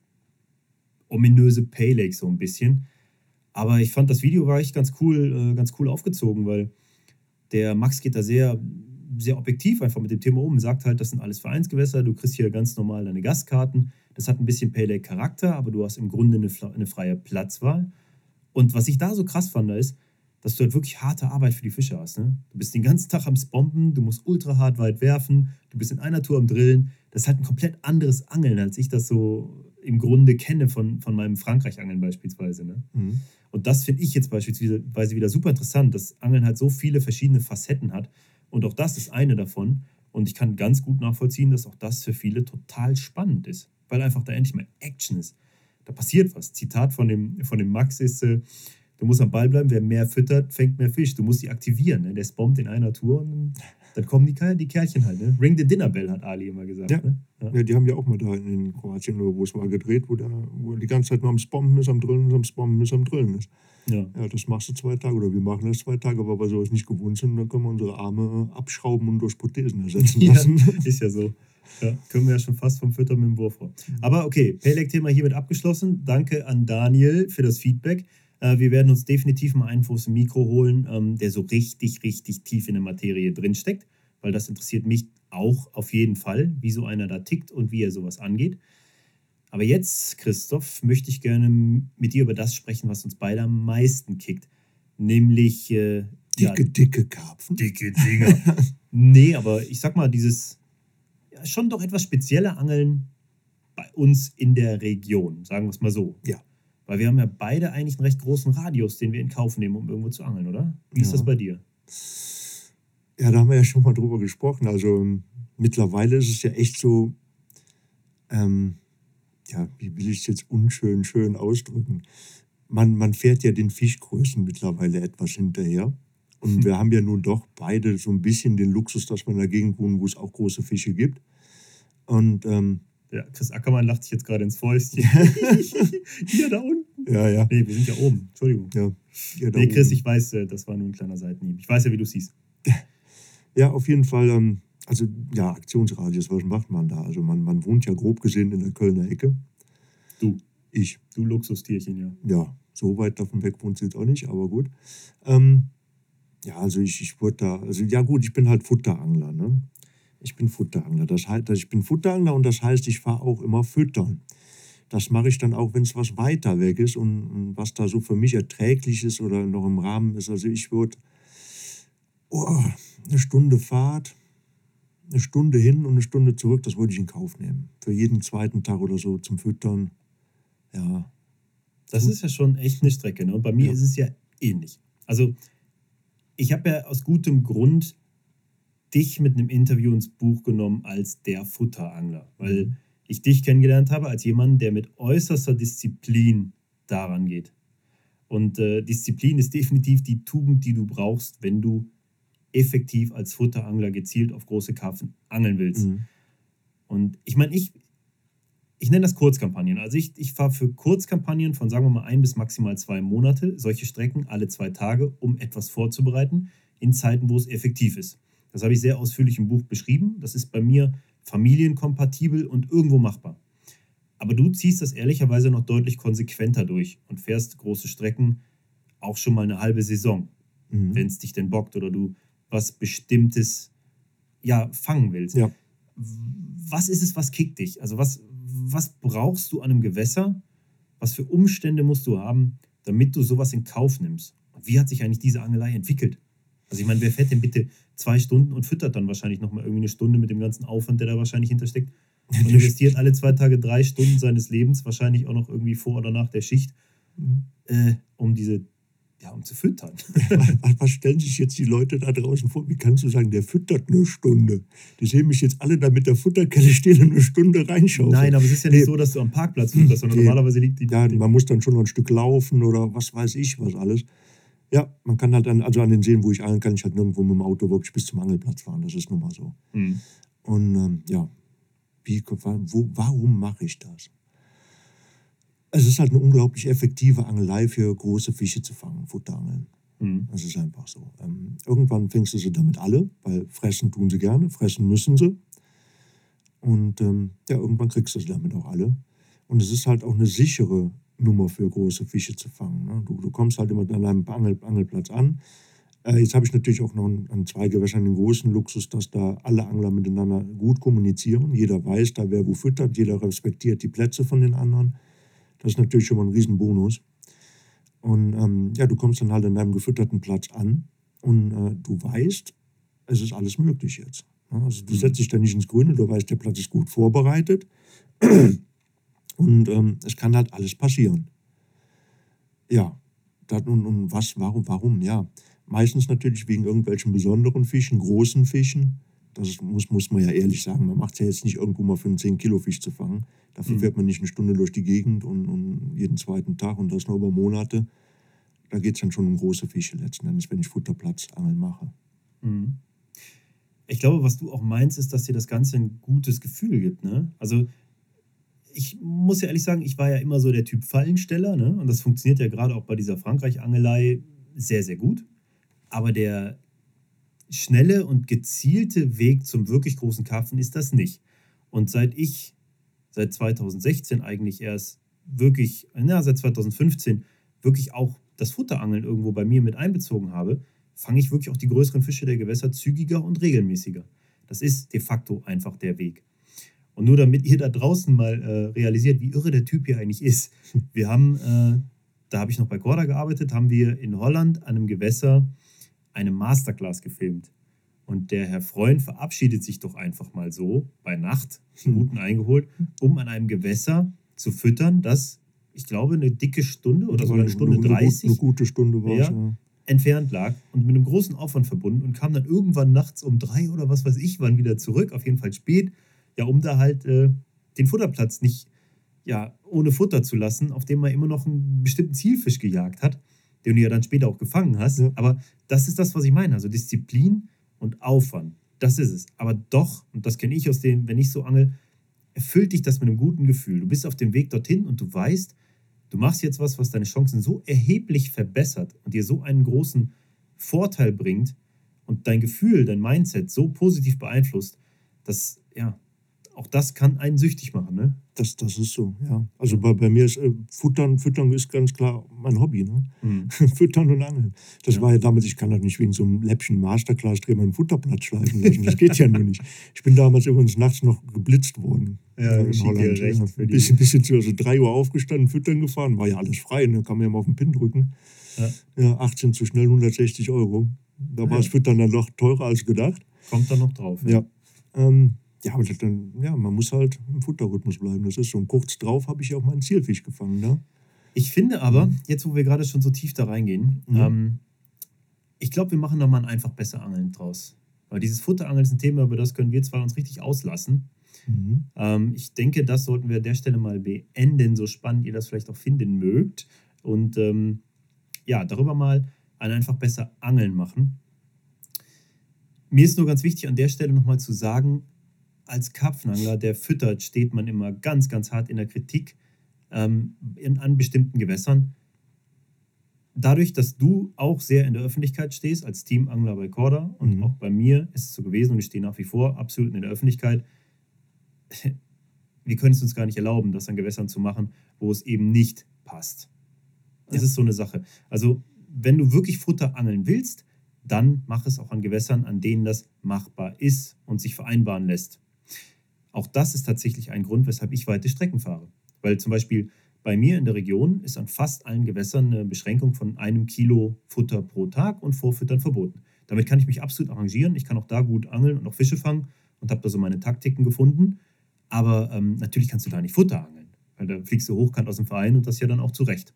ominöse Pay Lakes so ein bisschen. Aber ich fand, das Video war echt ganz cool, äh, ganz cool aufgezogen, weil der Max geht da sehr, sehr objektiv einfach mit dem Thema um, sagt halt, das sind alles Vereinsgewässer, du kriegst hier ganz normal deine Gastkarten. Das hat ein bisschen Pay Lake Charakter, aber du hast im Grunde eine, eine freie Platzwahl. Und was ich da so krass fand, ist, dass du halt wirklich harte Arbeit für die Fische hast. Ne? Du bist den ganzen Tag am Spompen, du musst ultra hart weit werfen, du bist in einer Tour am Drillen. Das ist halt ein komplett anderes Angeln, als ich das so im Grunde kenne von, von meinem Frankreich-Angeln beispielsweise. Ne? Mhm. Und das finde ich jetzt beispielsweise wieder super interessant, dass Angeln halt so viele verschiedene Facetten hat. Und auch das ist eine davon. Und ich kann ganz gut nachvollziehen, dass auch das für viele total spannend ist, weil einfach da endlich mal Action ist. Da passiert was. Zitat von dem, von dem Max ist, äh, du musst am Ball bleiben, wer mehr füttert, fängt mehr Fisch. Du musst die aktivieren. Ne? Der spawnt in einer Tour und dann kommen die, die Kerlchen halt. Ne? Ring the Dinner Bell, hat Ali immer gesagt. Ja. Ne? Ja. Ja, die haben ja auch mal da in Kroatien, wo es war, gedreht, wo, der, wo er die ganze Zeit nur am Spompen ist, am Drillen ist, am Spompen ist, am Drillen ist. Ja. Ja, das machst du zwei Tage oder wir machen das zwei Tage, aber weil wir sowas nicht gewohnt sind, dann können wir unsere Arme abschrauben und durch Prothesen ersetzen lassen. Ja, ist ja so. Ja, können wir ja schon fast vom Füttern mit dem Wurf vor. Aber okay, Pay Lake-Thema hiermit abgeschlossen. Danke an Daniel für das Feedback. Äh, wir werden uns definitiv mal einen Fuß im Mikro holen, ähm, der so richtig, richtig tief in der Materie drinsteckt, weil das interessiert mich auch auf jeden Fall, wie so einer da tickt und wie er sowas angeht. Aber jetzt, Christoph, möchte ich gerne mit dir über das sprechen, was uns beide am meisten kickt. Nämlich äh, dicke, ja, dicke Karpfen. Dicke Dinger. Nee, aber ich sag mal, dieses ja, schon doch etwas spezielle Angeln bei uns in der Region, sagen wir es mal so. Ja. Weil wir haben ja beide eigentlich einen recht großen Radius, den wir in Kauf nehmen, um irgendwo zu angeln, oder? Wie ist Ja. das bei dir? Ja, da haben wir ja schon mal drüber gesprochen. Also ähm, mittlerweile ist es ja echt so, ähm, ja, wie will ich es jetzt unschön schön ausdrücken? Man, man fährt ja den Fischgrößen mittlerweile etwas hinterher. Und wir haben ja nun doch beide so ein bisschen den Luxus, dass wir in der Gegend wohnen, wo es auch große Fische gibt. Und ähm, Ja, Chris Ackermann lacht sich jetzt gerade ins Fäustchen. Hier da unten. ja, ja, Nee, wir sind ja oben. Entschuldigung. ja, ja, da Nee, Chris, oben. ich weiß, äh, das war nur ein kleiner Seitenhieb. Ich weiß ja, wie du siehst. Ja, auf jeden Fall, ähm, also ja, Aktionsradius, was macht man da? Also man, man wohnt ja grob gesehen in der Kölner Ecke. Du, Ich, du Luxustierchen, ja. ja, so weit davon weg wohnt sie jetzt auch nicht, aber gut. Ähm, ja, also ich, ich wurde da, also ja gut, ich bin halt Futterangler, ne? Ich bin Futterangler. Das heißt, ich bin Futterangler und das heißt, ich fahre auch immer füttern. Das mache ich dann auch, wenn es was weiter weg ist und, und was da so für mich erträglich ist oder noch im Rahmen ist. Also ich würde oh, eine Stunde Fahrt, eine Stunde hin und eine Stunde zurück, das würde ich in Kauf nehmen. Für jeden zweiten Tag oder so zum Füttern. Ja, Das ist ja schon echt eine Strecke, ne? Und bei mir Ja. ist es ja ähnlich. Also, ich habe ja aus gutem Grund dich mit einem Interview ins Buch genommen als der Futterangler, weil Mhm. ich dich kennengelernt habe als jemand, der mit äußerster Disziplin daran geht. Und äh, Disziplin ist definitiv die Tugend, die du brauchst, wenn du effektiv als Futterangler gezielt auf große Karpfen angeln willst. Mhm. Und ich meine, ich, ich nenne das Kurzkampagnen. Also ich, ich fahre für Kurzkampagnen von, sagen wir mal, ein bis maximal zwei Monate solche Strecken alle zwei Tage, um etwas vorzubereiten in Zeiten, wo es effektiv ist. Das habe ich sehr ausführlich im Buch beschrieben. Das ist bei mir familienkompatibel und irgendwo machbar. Aber du ziehst das ehrlicherweise noch deutlich konsequenter durch und fährst große Strecken auch schon mal eine halbe Saison, Mhm. wenn es dich denn bockt oder du was Bestimmtes ja, fangen willst. Ja. Was ist es, was kickt dich? Also was, was brauchst du an einem Gewässer? Was für Umstände musst du haben, damit du sowas in Kauf nimmst? Und wie hat sich eigentlich diese Angelei entwickelt? Also ich meine, wer fährt denn bitte zwei Stunden und füttert dann wahrscheinlich nochmal irgendwie eine Stunde mit dem ganzen Aufwand, der da wahrscheinlich hintersteckt und investiert alle zwei Tage drei Stunden seines Lebens, wahrscheinlich auch noch irgendwie vor oder nach der Schicht, Mhm. äh, um diese, ja, um zu füttern. Was, was stellen sich jetzt die Leute da draußen vor? Wie kannst du sagen, der füttert eine Stunde? Die sehen mich jetzt alle da mit der Futterkelle stehen und eine Stunde reinschauen. Nein, aber es ist ja nicht Nee. so, dass du am Parkplatz fütterst, sondern Nee. normalerweise liegt die... Ja, die man muss dann schon noch ein Stück laufen oder was weiß ich, was alles. Ja, man kann halt dann, also an den Seen, wo ich angeln kann, ich halt nirgendwo mit dem Auto wirklich bis zum Angelplatz fahren. Das ist nun mal so. Hm. Und ähm, ja, wie, wo, warum mache ich das? Es ist halt eine unglaublich effektive Angelei für große Fische zu fangen, Futterangeln. Hm. Das ist einfach so. Ähm, irgendwann fängst du sie damit alle, weil fressen tun sie gerne, fressen müssen sie. Und ähm, ja, irgendwann kriegst du sie damit auch alle. Und es ist halt auch eine sichere Nummer für große Fische zu fangen. Ne? Du, du kommst halt immer an einem Angel, Angelplatz an. Äh, jetzt habe ich natürlich auch noch an, an zwei Gewässern den großen Luxus, dass da alle Angler miteinander gut kommunizieren. Jeder weiß da, wer wo füttert, jeder respektiert die Plätze von den anderen. Das ist natürlich schon mal ein Riesenbonus. Und ähm, ja, du kommst dann halt an deinem gefütterten Platz an und äh, du weißt, es ist alles möglich jetzt. Ja, also du Mhm. setzt dich da nicht ins Grüne, du weißt, der Platz ist gut vorbereitet und ähm, es kann halt alles passieren. Ja, das, und, und was, warum, warum? Ja, meistens natürlich wegen irgendwelchen besonderen Fischen, großen Fischen. Das muss, muss man ja ehrlich sagen. Man macht es ja jetzt nicht irgendwo mal für einen zehn Kilo Fisch zu fangen. Dafür Mhm. fährt man nicht eine Stunde durch die Gegend und, und jeden zweiten Tag und das nur über Monate. Da geht es dann schon um große Fische letzten Endes, wenn ich Futterplatzangeln mache. Mhm. Ich glaube, was du auch meinst, ist, dass dir das Ganze ein gutes Gefühl gibt. Ne? Also ich muss ja ehrlich sagen, ich war ja immer so der Typ Fallensteller. Ne? Und das funktioniert ja gerade auch bei dieser Frankreich-Angelei sehr, sehr gut. Aber der schnelle und gezielte Weg zum wirklich großen Karpfen ist das nicht. Und seit ich, seit zweitausendsechzehn eigentlich erst wirklich, na, seit zweitausendfünfzehn wirklich auch das Futterangeln irgendwo bei mir mit einbezogen habe, fange ich wirklich auch die größeren Fische der Gewässer zügiger und regelmäßiger. Das ist de facto einfach der Weg. Und nur damit ihr da draußen mal äh, realisiert, wie irre der Typ hier eigentlich ist. Wir haben, äh, da habe ich noch bei Korda gearbeitet, haben wir in Holland an einem Gewässer eine Masterclass gefilmt. Und der Herr Freund verabschiedet sich doch einfach mal so bei Nacht, Minuten eingeholt, um an einem Gewässer zu füttern, das, ich glaube, eine dicke Stunde oder sogar eine Stunde eine, dreißig Eine gute Stunde war es, ja, ja. entfernt lag und mit einem großen Aufwand verbunden und kam dann irgendwann nachts um drei oder was weiß ich wann wieder zurück, auf jeden Fall spät, ja, um da halt äh, den Futterplatz nicht ja, ohne Futter zu lassen, auf dem man immer noch einen bestimmten Zielfisch gejagt hat, den du ja dann später auch gefangen hast. Ja. Aber das ist das, was ich meine. Also Disziplin und Aufwand, das ist es. Aber doch, und das kenne ich aus dem, wenn ich so angel, erfüllt dich das mit einem guten Gefühl. Du bist auf dem Weg dorthin und du weißt, du machst jetzt was, was deine Chancen so erheblich verbessert und dir so einen großen Vorteil bringt und dein Gefühl, dein Mindset so positiv beeinflusst, dass, ja, auch das kann einen süchtig machen, ne? Das, das ist so, ja. Also bei, bei mir ist äh, Futtern, Füttern ist ganz klar mein Hobby, ne? Mhm. Füttern und Angeln. Das Ja. war ja damals, ich kann das nicht wegen so einem Läppchen Masterclass-Dreh meinen Futterplatz schleifen lassen. Das geht ja nur nicht. Ich bin damals übrigens nachts noch geblitzt worden. Ja, äh, in schick dir Holland. recht Ja. für Ein die- bisschen, bisschen zu, also drei Uhr aufgestanden, füttern gefahren, war ja alles frei, ne? Kann man ja mal auf den Pin drücken. Ja. Ja, achtzehn zu schnell, hundertsechzig Euro. Da Ja. war das Füttern dann doch teurer als gedacht. Kommt da noch drauf. Ja. Ähm, ja, aber das dann, ja, man muss halt im Futterrhythmus bleiben. Das ist so. Und kurz drauf habe ich ja auch meinen Zielfisch gefangen. Ne? Ich finde aber, jetzt wo wir gerade schon so tief da reingehen, Mhm. ähm, ich glaube, wir machen da mal ein einfach besser Angeln draus. Weil dieses Futterangeln ist ein Thema, über das können wir zwei uns richtig auslassen. Mhm. Ähm, ich denke, das sollten wir an der Stelle mal beenden, so spannend ihr das vielleicht auch finden mögt. Und ähm, ja, darüber mal ein einfach besser Angeln machen. Mir ist nur ganz wichtig, an der Stelle nochmal zu sagen, als Karpfenangler, der füttert, steht man immer ganz, ganz hart in der Kritik ähm, in, an bestimmten Gewässern. Dadurch, dass du auch sehr in der Öffentlichkeit stehst, als Teamangler bei Korda und Mhm. auch bei mir ist es so gewesen und ich stehe nach wie vor absolut in der Öffentlichkeit, wir können es uns gar nicht erlauben, das an Gewässern zu machen, wo es eben nicht passt. Das Ja. ist so eine Sache. Also, wenn du wirklich Futter angeln willst, dann mach es auch an Gewässern, an denen das machbar ist und sich vereinbaren lässt. Auch das ist tatsächlich ein Grund, weshalb ich weite Strecken fahre. Weil zum Beispiel bei mir in der Region ist an fast allen Gewässern eine Beschränkung von einem Kilo Futter pro Tag und Vorfüttern verboten. Damit kann ich mich absolut arrangieren. Ich kann auch da gut angeln und auch Fische fangen und habe da so meine Taktiken gefunden. Aber ähm, natürlich kannst du da nicht Futter angeln, weil da fliegst du hochkant aus dem Verein und das ja dann auch zurecht.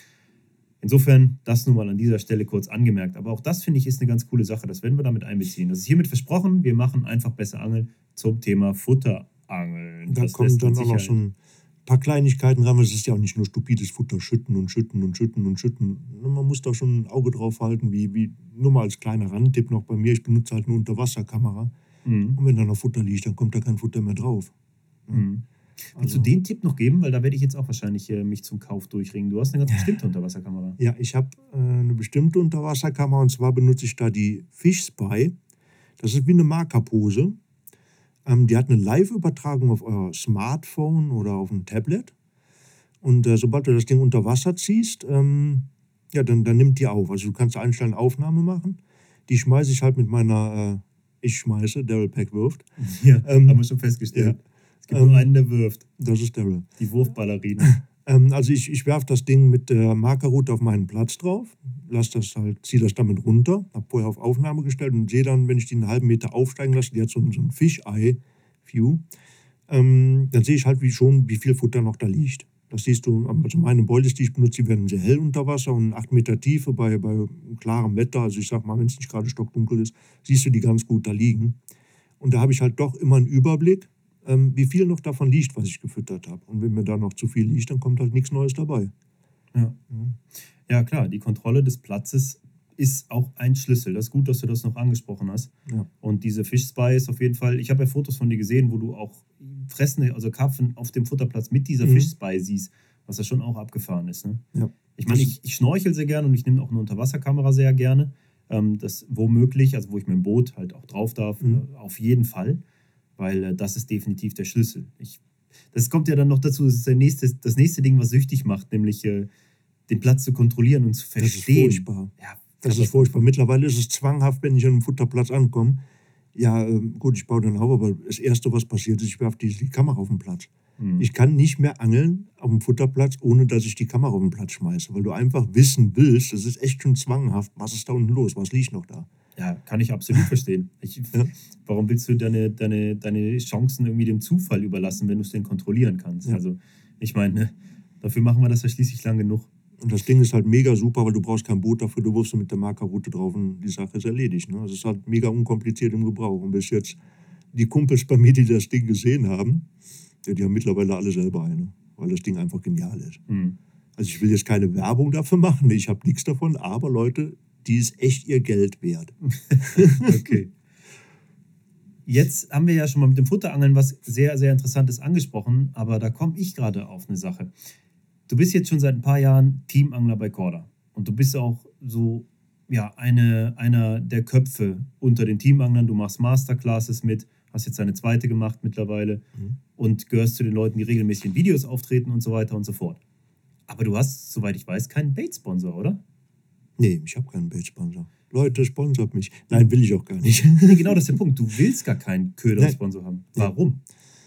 Insofern das nur mal an dieser Stelle kurz angemerkt. Aber auch das, finde ich, ist eine ganz coole Sache. Das werden wir damit einbeziehen. Das ist hiermit versprochen. Wir machen einfach besser Angeln zum Thema Futterangeln. Da Das kommen lässt dann mit auch noch Sicherheit- so ein paar Kleinigkeiten ran, weil es ist ja auch nicht nur stupides Futter schütten und schütten und schütten und schütten. Man muss da schon ein Auge drauf halten, wie, wie nur mal als kleiner Randtipp noch bei mir, ich benutze halt eine Unterwasserkamera. Mhm. Und wenn da noch Futter liegt, dann kommt da kein Futter mehr drauf. Mhm. Willst Also, du den Tipp noch geben? Weil da werde ich jetzt auch wahrscheinlich äh, mich zum Kauf durchringen. Du hast eine ganz bestimmte Unterwasserkamera. ja, ich habe äh, eine bestimmte Unterwasserkamera und zwar benutze ich da die Fishspy. Das ist wie eine Markerpose. Ähm, die hat eine Live-Übertragung auf euer Smartphone oder auf ein Tablet. Und äh, sobald du das Ding unter Wasser ziehst, ähm, ja, dann, dann nimmt die auf. Also du kannst einstellen, Aufnahme machen. Die schmeiße ich halt mit meiner, äh, ich schmeiße, Daryl Pack wirft. Ja, Ähm, haben wir schon festgestellt. ja. Es gibt Ähm, nur einen, der wirft. Das ist Daryl. Die Wurfballerine. Ähm, also ich, ich werfe das Ding mit der Markerroute auf meinen Platz drauf, lass das halt, ziehe das damit runter, habe vorher auf Aufnahme gestellt und sehe dann, wenn ich die einen halben Meter aufsteigen lasse, die hat so, ein- so ein Fish-Eye-View, ähm, dann sehe ich halt wie schon, wie viel Futter noch da liegt. Das siehst du, also meine Boilies, die ich benutze, die werden sehr hell unter Wasser und acht Meter Tiefe bei, bei klarem Wetter, also ich sag mal, wenn es nicht gerade stockdunkel ist, siehst du die ganz gut da liegen. Und da habe ich halt doch immer einen Überblick, ähm, wie viel noch davon liegt, was ich gefüttert habe. Und wenn mir da noch zu viel liegt, dann kommt halt nichts Neues dabei. Ja. Ja, klar, die Kontrolle des Platzes ist auch ein Schlüssel. Das ist gut, dass du das noch angesprochen hast. Ja. Und diese Fish-Spy ist auf jeden Fall, ich habe ja Fotos von dir gesehen, wo du auch fressende, also Karpfen auf dem Futterplatz mit dieser Mhm. Fish-Spy siehst, was ja schon auch abgefahren ist. Ne? Ja. Ich meine, ich, ich schnorchel sehr gerne und ich nehme auch eine Unterwasserkamera sehr gerne. Ähm, das womöglich, also wo ich mit dem Boot halt auch drauf darf, Mhm. äh, auf jeden Fall, weil äh, das ist definitiv der Schlüssel. Ich, das kommt ja dann noch dazu, das ist der nächste, das nächste Ding, was süchtig macht, nämlich äh, den Platz zu kontrollieren und zu Das ist verstehen. furchtbar. Ja, Das ist furchtbar. Mittlerweile ist es zwanghaft, wenn ich an einem Futterplatz ankomme. Ja, ähm, gut, ich baue dann auf, aber das Erste, was passiert ist, ich werfe die, die Kamera auf den Platz. Mhm. Ich kann nicht mehr angeln auf dem Futterplatz, ohne dass ich die Kamera auf den Platz schmeiße, weil du einfach wissen willst, das ist echt schon zwanghaft, was ist da unten los, was liegt noch da. Ja, kann ich absolut verstehen. Ich, Ja. Warum willst du deine, deine, deine Chancen irgendwie dem Zufall überlassen, wenn du es denn kontrollieren kannst? Ja. Also, ich meine, dafür machen wir das ja schließlich lang genug. Und das Ding ist halt mega super, weil du brauchst kein Boot dafür, du wirfst mit der Markerroute drauf und die Sache ist erledigt. Ne? Also es ist halt mega unkompliziert im Gebrauch. Und bis jetzt die Kumpels bei mir, die das Ding gesehen haben, ja, die haben mittlerweile alle selber eine, weil das Ding einfach genial ist. Hm. Also ich will jetzt keine Werbung dafür machen, ich habe nichts davon, aber Leute, die ist echt ihr Geld wert. Okay. Jetzt haben wir ja schon mal mit dem Futterangeln was sehr, sehr Interessantes angesprochen, aber da komme ich gerade auf eine Sache. Du bist jetzt schon seit ein paar Jahren Teamangler bei Korda und du bist auch so ja, eine, einer der Köpfe unter den Teamanglern. Du machst Masterclasses mit, hast jetzt deine zweite gemacht mittlerweile Mhm. und gehörst zu den Leuten, die regelmäßig in Videos auftreten und so weiter und so fort. Aber du hast, soweit ich weiß, keinen Bait-Sponsor, oder? Nee, ich habe keinen Bait-Sponsor. Leute, sponsert mich. Nein, will ich auch gar nicht. Nee, genau, das ist der Punkt. Du willst gar keinen Köder-Sponsor haben. Warum?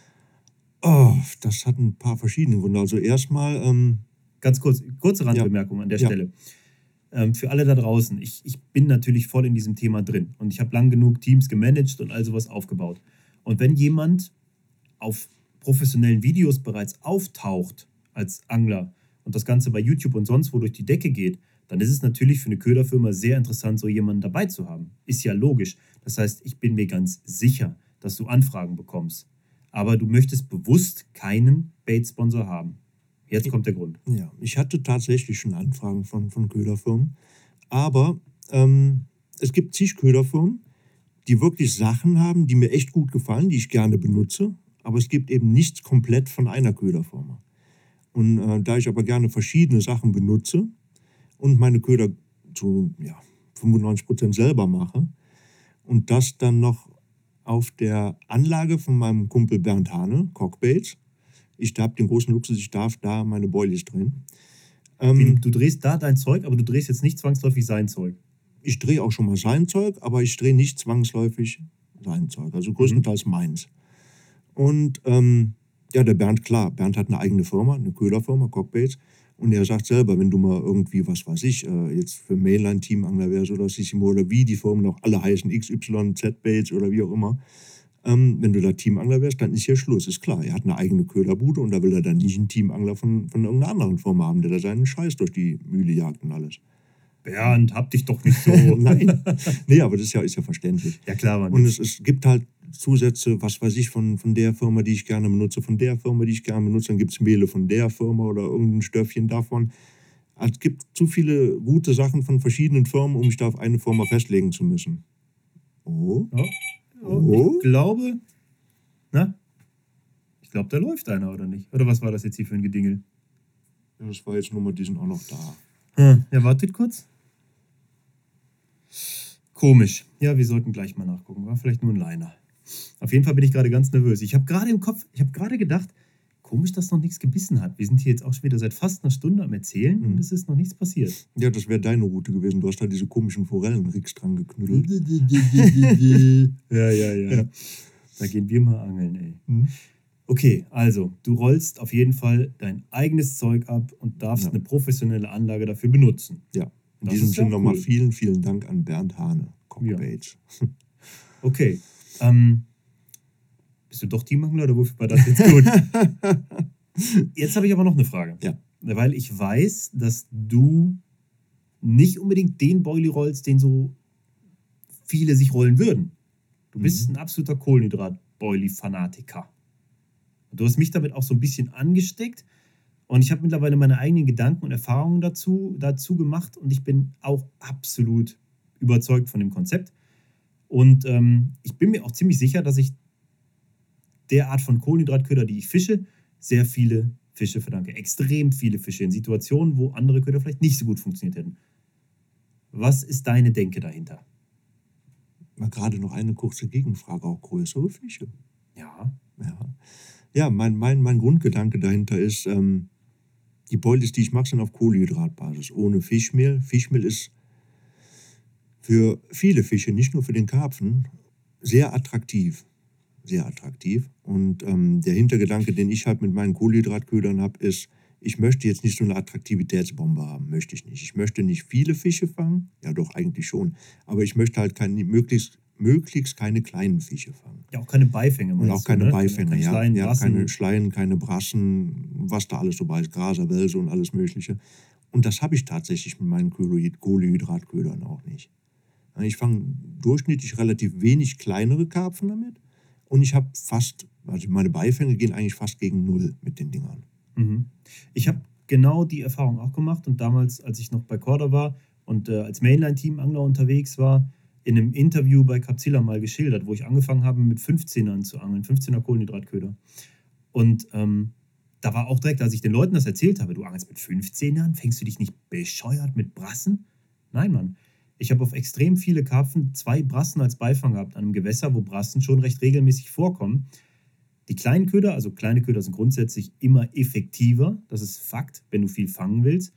Oh, das hat ein paar verschiedene Gründe. Also erstmal, ähm, Ganz kurz, kurze Randbemerkung an der Ja. Stelle. Ähm, für alle da draußen, ich, ich bin natürlich voll in diesem Thema drin und ich habe lang genug Teams gemanagt und all sowas aufgebaut. Und wenn jemand auf professionellen Videos bereits auftaucht als Angler und das Ganze bei YouTube und sonst wo durch die Decke geht, dann ist es natürlich für eine Köderfirma sehr interessant, so jemanden dabei zu haben. Ist ja logisch. Das heißt, ich bin mir ganz sicher, dass du Anfragen bekommst. Aber du möchtest bewusst keinen Bait-Sponsor haben. Jetzt kommt der Grund. ja, ich hatte tatsächlich schon Anfragen von, von Köderfirmen. Aber ähm, es gibt zig Köderfirmen, die wirklich Sachen haben, die mir echt gut gefallen, die ich gerne benutze. Aber es gibt eben nichts komplett von einer Köderfirma. Und äh, da ich aber gerne verschiedene Sachen benutze und meine Köder zu ja, fünfundneunzig Prozent selber mache und das dann noch auf der Anlage von meinem Kumpel Bernd Hane, Cockbaits, ich habe den großen Luxus, ich darf da meine Boilies drehen. Ähm, Du drehst da dein Zeug, aber du drehst jetzt nicht zwangsläufig sein Zeug. ich drehe auch schon mal sein Zeug, aber ich drehe nicht zwangsläufig sein Zeug, also größtenteils meins. Und ähm, ja, der Bernd, klar, Bernd hat eine eigene Firma, eine Köderfirma, Cockbaits. Und er sagt selber, wenn du mal irgendwie, was weiß ich, äh, jetzt für Mainline-Teamangler wärst oder Sissimo oder wie die Firmen noch alle heißen, X Y, Z-Baits oder wie auch immer, ähm, wenn du da Teamangler wärst, dann ist hier Schluss, ist klar. Er hat eine eigene Köderbude und da will er dann nicht einen Teamangler von, von irgendeiner anderen Firma haben, der da seinen Scheiß durch die Mühle jagt und alles. Bernd, hab dich doch nicht so. Nein, nee, aber das ist ja, ist ja verständlich. Ja, klar, Mann. Und es, es gibt halt Zusätze, was weiß ich, von, von der Firma, die ich gerne benutze, von der Firma, die ich gerne benutze. Dann gibt es Mehle von der Firma oder irgendein Stöffchen davon. Also es gibt zu viele gute Sachen von verschiedenen Firmen, um mich da auf eine Firma festlegen zu müssen. Oh, Oh, Oh. Ich glaube, na? Ich glaube, da läuft einer, oder nicht? Oder was war das jetzt hier für ein Gedingel? ja, das war jetzt nur mal, die sind auch noch da. Hm, ja, wartet kurz. Komisch. Ja, wir sollten gleich mal nachgucken. War vielleicht nur ein Liner. Auf jeden Fall bin ich gerade ganz nervös. Ich habe gerade im Kopf, ich habe gerade gedacht, komisch, dass noch nichts gebissen hat. Wir sind hier jetzt auch schon wieder seit fast einer Stunde am Erzählen Mhm. und es ist noch nichts passiert. Ja, das wäre deine Route gewesen. Du hast da diese komischen Forellenricks dran geknüttelt. ja, ja, ja, Ja. Da gehen wir mal angeln, ey. Mhm. Okay, also, du rollst auf jeden Fall dein eigenes Zeug ab und darfst Ja. eine professionelle Anlage dafür benutzen. Ja, in Das diesem ist ja Sinne nochmal cool. vielen, vielen Dank an Bernd Hane, Cockbaits. Okay. Ähm, bist du doch Teamangler oder wofür war das jetzt gut? Jetzt habe ich aber noch eine Frage. Ja. Weil ich weiß, dass du nicht unbedingt den Boilie rollst, den so viele sich rollen würden. Du bist Mhm. ein absoluter Kohlenhydrat-Boilie-Fanatiker. Du hast mich damit auch so ein bisschen angesteckt und ich habe mittlerweile meine eigenen Gedanken und Erfahrungen dazu, dazu gemacht und ich bin auch absolut überzeugt von dem Konzept. Und ähm, ich bin mir auch ziemlich sicher, dass ich der Art von Kohlenhydratköder, die ich fische, sehr viele Fische verdanke. Extrem viele Fische in Situationen, wo andere Köder vielleicht nicht so gut funktioniert hätten. Was ist deine Denke dahinter? Mal gerade noch eine kurze Gegenfrage, auch größere Fische. Ja, Ja, ja mein, mein, mein Grundgedanke dahinter ist, ähm, die Boilies, die ich mache, sind auf Kohlenhydratbasis, ohne Fischmehl. Fischmehl ist für viele Fische, nicht nur für den Karpfen, sehr attraktiv. Sehr attraktiv. Und ähm, der Hintergedanke, den ich halt mit meinen Kohlenhydratködern habe, ist, ich möchte jetzt nicht so eine Attraktivitätsbombe haben. Möchte ich nicht. Ich möchte nicht viele Fische fangen. Ja, doch, eigentlich schon. Aber ich möchte halt keine, möglichst, möglichst keine kleinen Fische fangen. ja auch keine Beifänge. Und meinst auch du, keine ne? Beifänge, keine ja. Schleien, ja Brassen. keine Schleien, keine Brassen, was da alles so bei ist, Graser, Welse und alles Mögliche. Und das habe ich tatsächlich mit meinen Kohlehydratködern auch nicht. Ich fange durchschnittlich relativ wenig kleinere Karpfen damit und ich habe fast, also meine Beifänge gehen eigentlich fast gegen null mit den Dingern. Mhm. Ich habe genau die Erfahrung auch gemacht und damals, als ich noch bei Korda war und äh, als Mainline-Team-Angler unterwegs war, in einem Interview bei Capzilla mal geschildert, wo ich angefangen habe mit fünfzehnern zu angeln, fünfzehner Kohlenhydratköder. Und ähm, da war auch direkt, als ich den Leuten das erzählt habe, du angelst mit fünfzehnern, fängst du dich nicht bescheuert mit Brassen? Nein, Mann. Ich habe auf extrem viele Karpfen zwei Brassen als Beifang gehabt, an einem Gewässer, wo Brassen schon recht regelmäßig vorkommen. Die kleinen Köder, also kleine Köder sind grundsätzlich immer effektiver, das ist Fakt, wenn du viel fangen willst.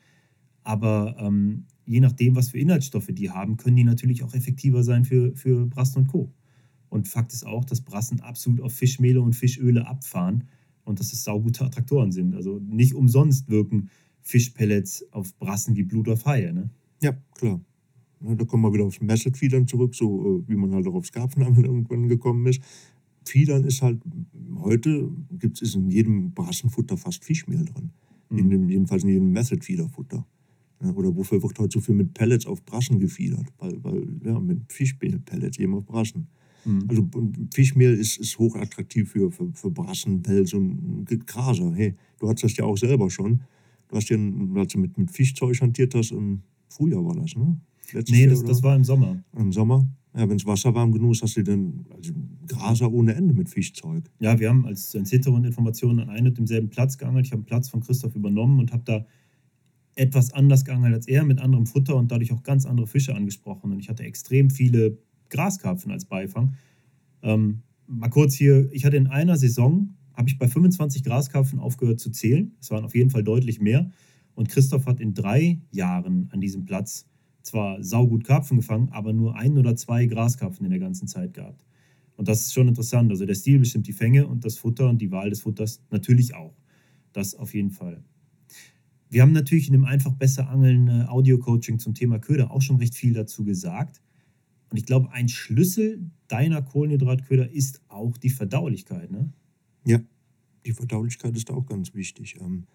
Aber ähm, je nachdem, was für Inhaltsstoffe die haben, können die natürlich auch effektiver sein für, für Brassen und Co. Und Fakt ist auch, dass Brassen absolut auf Fischmehle und Fischöle abfahren und dass es saugute Attraktoren sind. Also nicht umsonst wirken Fischpellets auf Brassen wie Blut auf Haie. Ne? Ja, klar. Ja, da kommen wir wieder aufs Method Feedern zurück, so äh, wie man halt auch aufs Karpfenangeln irgendwann gekommen ist. Feedern ist halt, heute gibt es in jedem Brassenfutter fast Fischmehl drin. Mhm. In dem, jedenfalls in jedem Method Feeder Futter. Ja, oder wofür wird heute so viel mit Pellets auf Brassen gefiedert? Weil, weil ja, mit Fischmehl-Pellets eben auf Brassen. Mhm. Also Fischmehl ist, ist hochattraktiv für, für, für Brassen, Wels und Graser. Hey, du hattest das ja auch selber schon. Du hast ja, als du mit, mit Fischzeug hantiert hast, im Frühjahr war das, ne? Letztes nee, das, das war im Sommer. Im Sommer? Ja, wenn es wasserwarm genug ist, hast du dann also Graser ohne Ende mit Fischzeug. Ja, wir haben als, als Hintergrundinformation an einem und demselben Platz geangelt. Ich habe den Platz von Christoph übernommen und habe da etwas anders geangelt als er, mit anderem Futter und dadurch auch ganz andere Fische angesprochen. Und ich hatte extrem viele Graskarpfen als Beifang. Ähm, mal kurz hier, ich hatte in einer Saison, habe ich bei fünfundzwanzig Graskarpfen aufgehört zu zählen. Es waren auf jeden Fall deutlich mehr. Und Christoph hat in drei Jahren an diesem Platz zwar saugut Karpfen gefangen, aber nur ein oder zwei Graskarpfen in der ganzen Zeit gehabt. Und das ist schon interessant. Also der Stil bestimmt die Fänge und das Futter und die Wahl des Futters natürlich auch. Das auf jeden Fall. Wir haben natürlich in dem Einfach besser Angeln äh, Audio-Coaching zum Thema Köder auch schon recht viel dazu gesagt. Und ich glaube, ein Schlüssel deiner Kohlenhydratköder ist auch die Verdaulichkeit, ne? Ja, die Verdaulichkeit ist auch ganz wichtig. Ähm,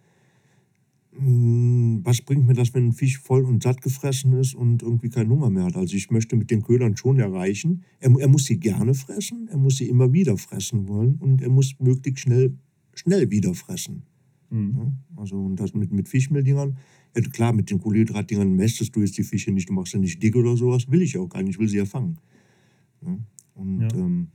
was bringt mir das, wenn ein Fisch voll und satt gefressen ist und irgendwie keinen Hunger mehr hat? Also ich möchte mit den Ködern schon erreichen, er, er muss sie gerne fressen, er muss sie immer wieder fressen wollen und er muss möglichst schnell, schnell wieder fressen. Mhm. Ja, also und das mit, mit Fischmehl-Dingern, ja, klar, mit den Kohlenhydratdingern mästest du jetzt die Fische nicht, du machst sie nicht dick oder sowas, will ich auch gar nicht, ich will sie ja fangen. Ja, und Ja. Ähm,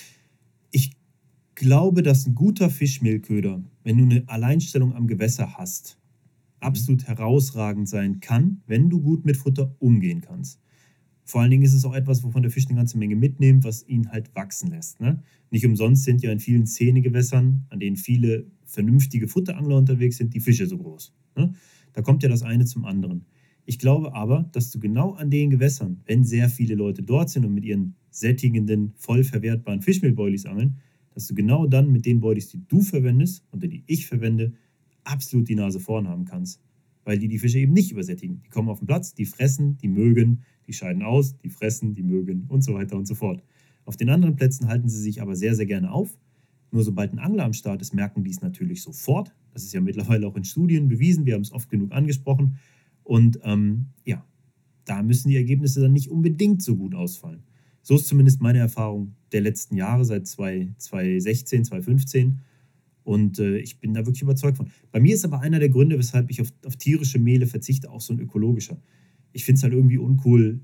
ich glaube, dass ein guter Fischmehlköder, wenn du eine Alleinstellung am Gewässer hast, absolut herausragend sein kann, wenn du gut mit Futter umgehen kannst. Vor allen Dingen ist es auch etwas, wovon der Fisch eine ganze Menge mitnimmt, was ihn halt wachsen lässt. Ne? Nicht umsonst sind ja in vielen Szenegewässern, an denen viele vernünftige Futterangler unterwegs sind, die Fische so groß. Ne? Da kommt ja das eine zum anderen. Ich glaube aber, dass du genau an den Gewässern, wenn sehr viele Leute dort sind und mit ihren sättigenden, voll verwertbaren Fischmehlboilies angeln, dass du genau dann mit den Boilies, die du verwendest oder die ich verwende, absolut die Nase vorn haben kannst. Weil die die Fische eben nicht übersättigen. Die kommen auf den Platz, die fressen, die mögen, die scheiden aus, die fressen, die mögen und so weiter und so fort. Auf den anderen Plätzen halten sie sich aber sehr, sehr gerne auf. Nur sobald ein Angler am Start ist, merken die es natürlich sofort. Das ist ja mittlerweile auch in Studien bewiesen. Wir haben es oft genug angesprochen. Und ähm, ja, da müssen die Ergebnisse dann nicht unbedingt so gut ausfallen. So ist zumindest meine Erfahrung der letzten Jahre, seit zwanzig sechzehn, zwanzig fünfzehn. Und äh, ich bin da wirklich überzeugt von. Bei mir ist aber einer der Gründe, weshalb ich auf, auf tierische Mehle verzichte, auch so ein ökologischer. Ich finde es halt irgendwie uncool,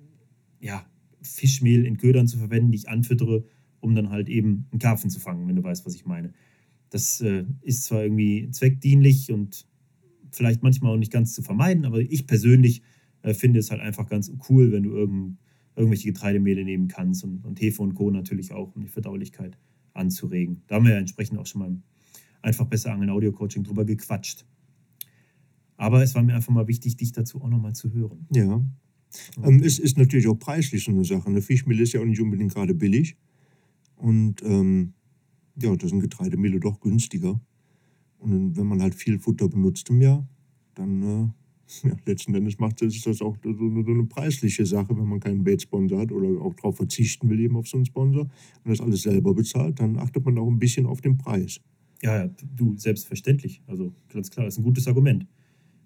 ja, Fischmehl in Ködern zu verwenden, die ich anfüttere, um dann halt eben einen Karpfen zu fangen, wenn du weißt, was ich meine. Das äh, ist zwar irgendwie zweckdienlich und vielleicht manchmal auch nicht ganz zu vermeiden, aber ich persönlich äh, finde es halt einfach ganz cool, wenn du irgend, irgendwelche Getreidemehle nehmen kannst und, und Hefe und Co. natürlich auch, um die Verdaulichkeit anzuregen. Da haben wir ja entsprechend auch schon mal im Einfach besser Angeln Audio-Coaching drüber gequatscht. Aber es war mir einfach mal wichtig, dich dazu auch nochmal zu hören. Ja. Okay. Ähm, es ist natürlich auch preislich so eine Sache. Eine Fischmehl ist ja auch nicht unbedingt gerade billig. Und ähm, ja, da sind Getreidemehle doch günstiger. Und wenn man halt viel Futter benutzt im Jahr, dann äh, ja, letzten Endes macht es das auch so eine, so eine preisliche Sache, wenn man keinen Bait-Sponsor hat oder auch darauf verzichten will, eben auf so einen Sponsor und das alles selber bezahlt, dann achtet man auch ein bisschen auf den Preis. Ja, ja, du, selbstverständlich. Also ganz klar, das ist ein gutes Argument.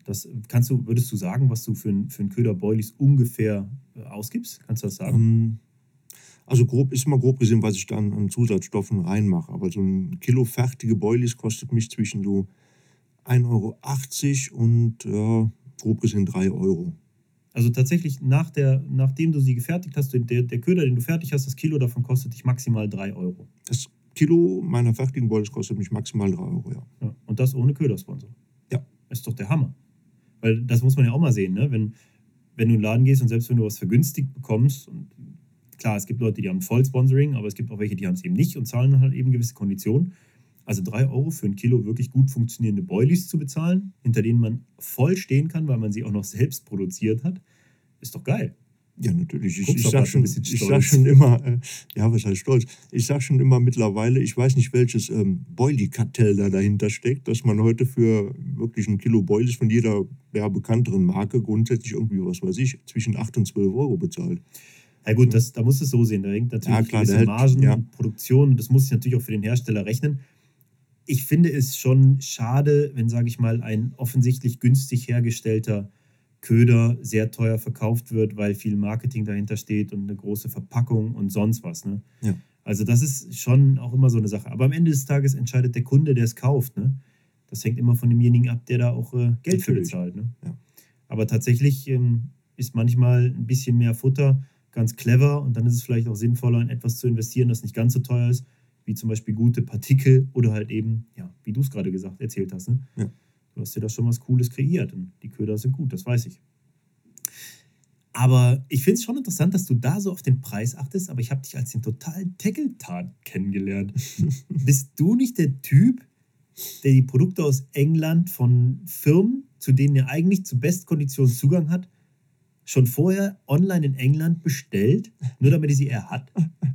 Das kannst du, würdest du sagen, was du für, ein, für einen Köder Boilies ungefähr äh, ausgibst? Kannst du das sagen? Ähm, also grob ist mal grob gesehen, was ich dann an Zusatzstoffen reinmache. Aber so ein Kilo fertige Boilies kostet mich zwischen so ein Euro achtzig und ja, grob gesehen drei Euro. Also tatsächlich, nach der, nachdem du sie gefertigt hast, der, der Köder, den du fertig hast, das Kilo davon kostet dich maximal drei Euro. Das Kilo meiner fertigen Boilies kostet mich maximal drei Euro, ja. Ja, und das ohne Ködersponsor. Ja. Das ist doch der Hammer. Weil das muss man ja auch mal sehen, ne? Wenn, wenn du in den Laden gehst und selbst wenn du was vergünstigt bekommst, und klar, es gibt Leute, die haben Vollsponsoring, aber es gibt auch welche, die haben es eben nicht und zahlen dann halt eben gewisse Konditionen. Also drei Euro für ein Kilo wirklich gut funktionierende Boilies zu bezahlen, hinter denen man voll stehen kann, weil man sie auch noch selbst produziert hat, ist doch geil. Ja, natürlich. Ich, Guckst ich doch sag grad ein schon, bisschen ich stolz. sag schon immer, äh, ja, was heißt stolz? Ich sag schon immer mittlerweile, ich weiß nicht, welches ähm, Boilie-Kartell da dahinter steckt, dass man heute für wirklich ein Kilo Boilies von jeder ja, bekannteren Marke grundsätzlich irgendwie, was weiß ich, zwischen acht und zwölf Euro bezahlt. Ja gut, das, da musst du es so sehen. Da hängt natürlich Ja, klar, gewisse der hält- Margen ja. und Produktion. Das muss sich natürlich auch für den Hersteller rechnen. Ich finde es schon schade, wenn, sage ich mal, ein offensichtlich günstig hergestellter Köder sehr teuer verkauft wird, weil viel Marketing dahinter steht und eine große Verpackung und sonst was. Ne? Ja. Also das ist schon auch immer so eine Sache. Aber am Ende des Tages entscheidet der Kunde, der es kauft. Ne? Das hängt immer von demjenigen ab, der da auch äh, Geld für Natürlich. bezahlt. Ne? Ja. Aber tatsächlich ähm, ist manchmal ein bisschen mehr Futter ganz clever und dann ist es vielleicht auch sinnvoller, in etwas zu investieren, das nicht ganz so teuer ist, wie zum Beispiel gute Partikel oder halt eben, ja, wie du es gerade gesagt, erzählt hast. Ne? Ja. Du hast dir da schon was Cooles kreiert und die Köder sind gut, das weiß ich. Aber ich finde es schon interessant, dass du da so auf den Preis achtest, aber ich habe dich als den totalen Tackle-Tat kennengelernt. Bist du nicht der Typ, der die Produkte aus England von Firmen, zu denen er eigentlich zu Bestkonditionen Zugang hat, schon vorher online in England bestellt, nur damit er sie er hat?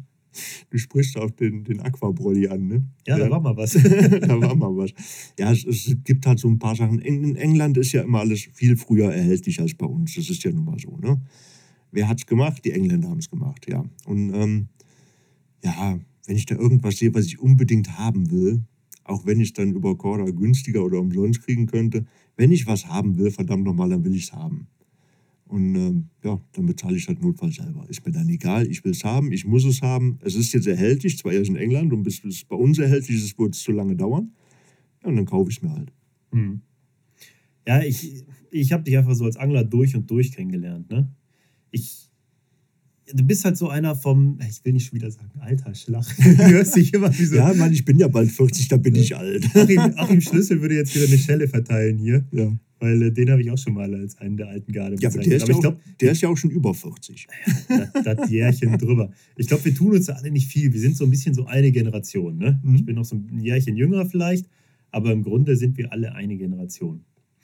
Du sprichst auf den, den Aquabrolli an, ne? Ja, da war mal was. Da war mal was. Ja, es, es gibt halt so ein paar Sachen. In, in England ist ja immer alles viel früher erhältlich als bei uns. Das ist ja nun mal so, ne? Wer hat's gemacht? Die Engländer haben es gemacht, ja. Und ähm, ja, wenn ich da irgendwas sehe, was ich unbedingt haben will, auch wenn ich es dann über Corda günstiger oder umsonst kriegen könnte, wenn ich was haben will, verdammt nochmal, dann will ich es haben. Und ähm, ja, dann bezahle ich halt notfalls selber. Ist mir dann egal, ich will es haben, ich muss es haben. Es ist jetzt erhältlich, zwar erst in England und bis es bei uns erhältlich ist, wird es zu lange dauern. Ja, und dann kaufe ich es mir halt. Hm. Ja, ich, ich habe dich einfach so als Angler durch und durch kennengelernt. Ne? Ich, du bist halt so einer vom, ich will nicht schon wieder sagen, alter Schlag. Du hörst dich immer wie so. Ja, Mann, ich bin ja bald vierzig, da bin ich alt. Achim, Achim Schlüssel würde jetzt wieder eine Schelle verteilen hier, Ja, weil äh, den habe ich auch schon mal als einen der alten Garde ja aber bezeichnet. der ist, Aber ja ich auch, glaube, der ist ja auch schon über vierzig. das, das Jährchen drüber. Ich glaube, wir tun uns da alle nicht viel. Wir sind so ein bisschen so eine Generation. Ne? Mhm. Ich bin noch so ein Jährchen jünger vielleicht, aber im Grunde sind wir alle eine Generation.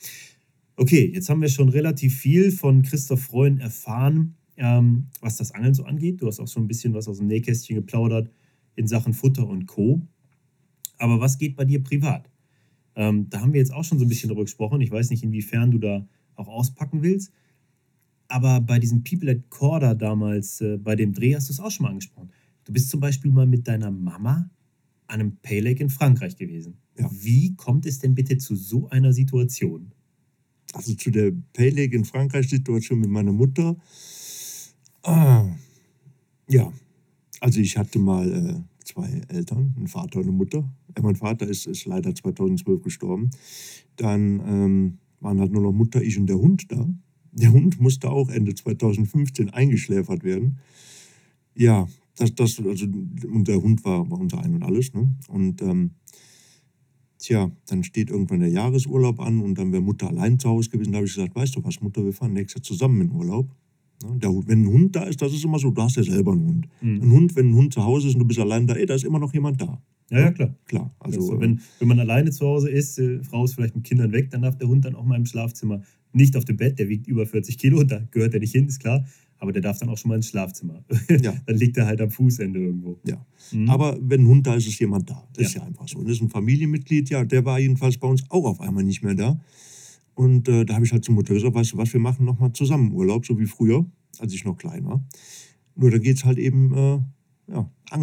Okay, jetzt haben wir schon relativ viel von Christoph Freund erfahren, ähm, was das Angeln so angeht. Du hast auch schon ein bisschen was aus dem Nähkästchen geplaudert in Sachen Futter und Co. Aber was geht bei dir privat? Ähm, da haben wir jetzt auch schon so ein bisschen drüber gesprochen. Ich weiß nicht, inwiefern du da auch auspacken willst. Aber bei diesem People at Corda damals, äh, bei dem Dreh, hast du es auch schon mal angesprochen. Du bist zum Beispiel mal mit deiner Mama an einem Pay Lake in Frankreich gewesen. Ja. Wie kommt es denn bitte zu so einer Situation? Also zu der Pay Lake in Frankreich-Situation mit meiner Mutter. Ah, ja, also ich hatte mal äh, zwei Eltern, einen Vater und eine Mutter. Äh, mein Vater ist, ist leider zweitausendzwölf gestorben. Dann ähm, waren halt nur noch Mutter, ich und der Hund da. Der Hund musste auch Ende zweitausendfünfzehn eingeschläfert werden. Ja, das, das, also, und der Hund war, war unser Ein und Alles. Ne? Und ähm, tja, dann steht irgendwann der Jahresurlaub an und dann wäre Mutter allein zu Hause gewesen. Da habe ich gesagt, weißt du was, Mutter, wir fahren nächstes Jahr zusammen in Urlaub. Ja, der, wenn ein Hund da ist, das ist immer so, du hast ja selber einen Hund. Mhm. Ein Hund, wenn ein Hund zu Hause ist und du bist allein da, ey, da ist immer noch jemand da. Ja, ja, klar. Klar, also Also, äh, wenn, wenn man alleine zu Hause ist, äh, Frau ist vielleicht mit Kindern weg, dann darf der Hund dann auch mal im Schlafzimmer, nicht auf dem Bett, der wiegt über vierzig Kilo, da gehört er nicht hin, ist klar, aber der darf dann auch schon mal ins Schlafzimmer. Ja. Dann liegt er halt am Fußende irgendwo. ja. Mhm. Aber wenn ein Hund da ist, ist jemand da. Das ist Ja. ja einfach so. Und das ist ein Familienmitglied, ja, der war jedenfalls bei uns auch auf einmal nicht mehr da. Und äh, da habe ich halt zur Mutter gesagt, weißt du was, wir machen nochmal zusammen Urlaub, so wie früher, als ich noch klein war. Nur da geht es halt eben, äh, ja, angeln.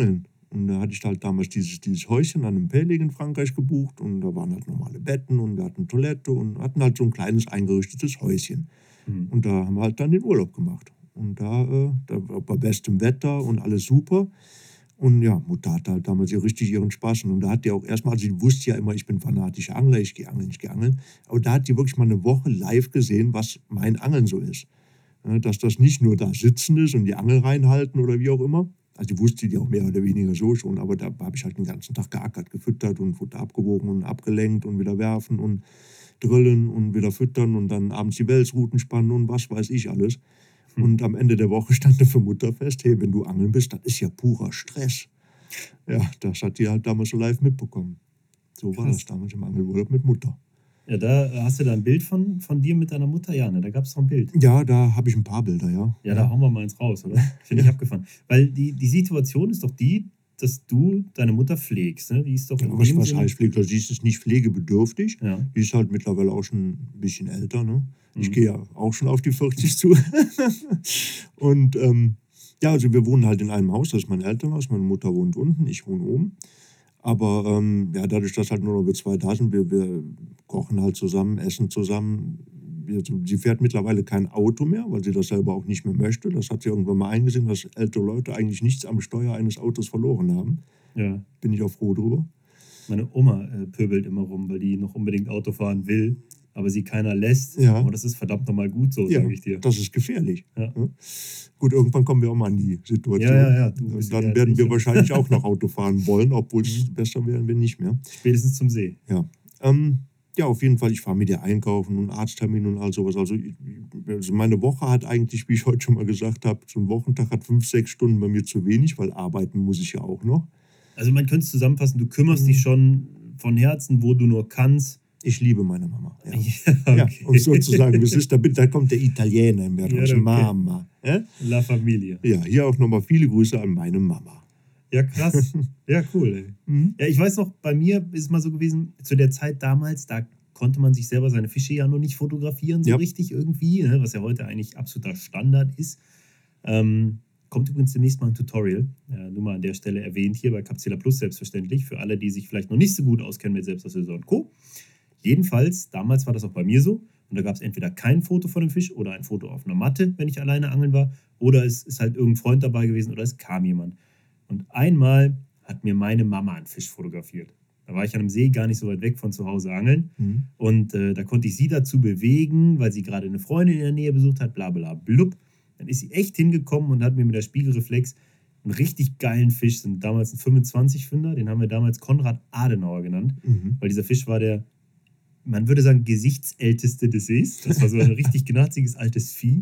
Und da hatte ich halt damals dieses, dieses Häuschen an einem Pelleg in Frankreich gebucht und da waren halt normale Betten und wir hatten Toilette und hatten halt so ein kleines eingerichtetes Häuschen. Mhm. Und da haben wir halt dann den Urlaub gemacht. Und da, äh, da war bei bestem Wetter und alles super. Und ja, Mutter hatte halt damals ihr richtig ihren Spaß. Und da hat die auch erstmal, also sie wusste ja immer, ich bin fanatischer Angler, ich gehe angeln, ich gehe angeln. Aber da hat die wirklich mal eine Woche live gesehen, was mein Angeln so ist. Ja, dass das nicht nur da sitzen ist und die Angel reinhalten oder wie auch immer. Also die wusste die auch mehr oder weniger so schon, aber da habe ich halt den ganzen Tag geackert, gefüttert und Futter abgewogen und abgelenkt und wieder werfen und drillen und wieder füttern und dann abends die Welsruten spannen und was weiß ich alles. Hm. Und am Ende der Woche stand für Mutter fest, hey, wenn du angeln bist, das ist ja purer Stress. Ja, das hat die halt damals so live mitbekommen. So war Krass. das damals im Angelurlaub mit Mutter. Ja, da hast du da ein Bild von, von dir mit deiner Mutter? Ja, ne? Da gab es doch ein Bild. Ja, da habe ich ein paar Bilder, ja. Ja, da hauen wir mal eins raus, oder? Finde ich Ja. abgefahren. Weil die, die Situation ist doch die, dass du deine Mutter pflegst. Ne? Die ist doch Ja, in was, dem was Sinne- heißt Pflege? Sie ist nicht pflegebedürftig. Ja. Die ist halt mittlerweile auch schon ein bisschen älter. Ne? Ich Mhm. gehe ja auch schon auf die vierzig zu. Und ähm, ja, also wir wohnen halt in einem Haus, das ist mein Elternhaus. Meine Mutter wohnt unten, ich wohne oben. Aber ähm, ja, dadurch, dass halt nur noch wir zwei da sind, wir, wir kochen halt zusammen, essen zusammen. Wir, sie fährt mittlerweile kein Auto mehr, weil sie das selber auch nicht mehr möchte. Das hat sie irgendwann mal eingesehen, dass ältere Leute eigentlich nichts am Steuer eines Autos verloren haben. Ja. Bin ich auch froh drüber. Meine Oma äh, pöbelt immer rum, weil die noch unbedingt Auto fahren will, aber sie keiner lässt. Ja. Aber das ist verdammt nochmal gut so, Ja, sage ich dir. das ist gefährlich. Ja. Ja. Gut, irgendwann kommen wir auch mal an die Situation. Ja, ja, ja, du bist Und dann ja werden nicht wir so- wahrscheinlich auch noch Auto fahren wollen, obwohl es Mhm. besser wären wir nicht mehr. Spätestens zum See. Ja, ähm, ja auf jeden Fall, ich fahre mit ihr einkaufen und Arzttermin und all sowas. Also, ich- also meine Woche hat eigentlich, wie ich heute schon mal gesagt habe, so ein Wochentag hat fünf, sechs Stunden bei mir zu wenig, weil arbeiten muss ich ja auch noch. Also man könnte es zusammenfassen, du kümmerst Mhm. dich schon von Herzen, wo du nur kannst. Ich liebe meine Mama. Ja. Ja, Ja, okay. um sozusagen, das ist, da, da kommt der Italiener im Meer Ja, raus, okay. Mama. Ja? La Familia. Ja, hier auch nochmal viele Grüße an meine Mama. Ja, krass. Ja, cool, ey. Mhm. Ja, ich weiß noch, bei mir ist es mal so gewesen, zu der Zeit damals, da konnte man sich selber seine Fische ja noch nicht fotografieren, so Ja. richtig irgendwie, ne, was ja heute eigentlich absoluter Standard ist. Ähm, kommt übrigens demnächst mal ein Tutorial, äh, nur mal an der Stelle erwähnt hier bei Capsula Plus selbstverständlich, für alle, die sich vielleicht noch nicht so gut auskennen mit Selbstauslöser und Co. Jedenfalls, damals war das auch bei mir so, und da gab es entweder kein Foto von dem Fisch oder ein Foto auf einer Matte, wenn ich alleine angeln war, oder es ist halt irgendein Freund dabei gewesen oder es kam jemand. Und einmal hat mir meine Mama einen Fisch fotografiert. Da war ich an einem See gar nicht so weit weg von zu Hause angeln. Mhm. Und äh, da konnte ich sie dazu bewegen, weil sie gerade eine Freundin in der Nähe besucht hat, bla bla blub. Dann ist sie echt hingekommen und hat mir mit der Spiegelreflex einen richtig geilen Fisch, sind damals ein fünfundzwanzig-Fünder, den haben wir damals Konrad Adenauer genannt, Mhm. weil dieser Fisch war der, man würde sagen, gesichtsälteste des Sees. Das war so ein richtig gnarziges altes Vieh.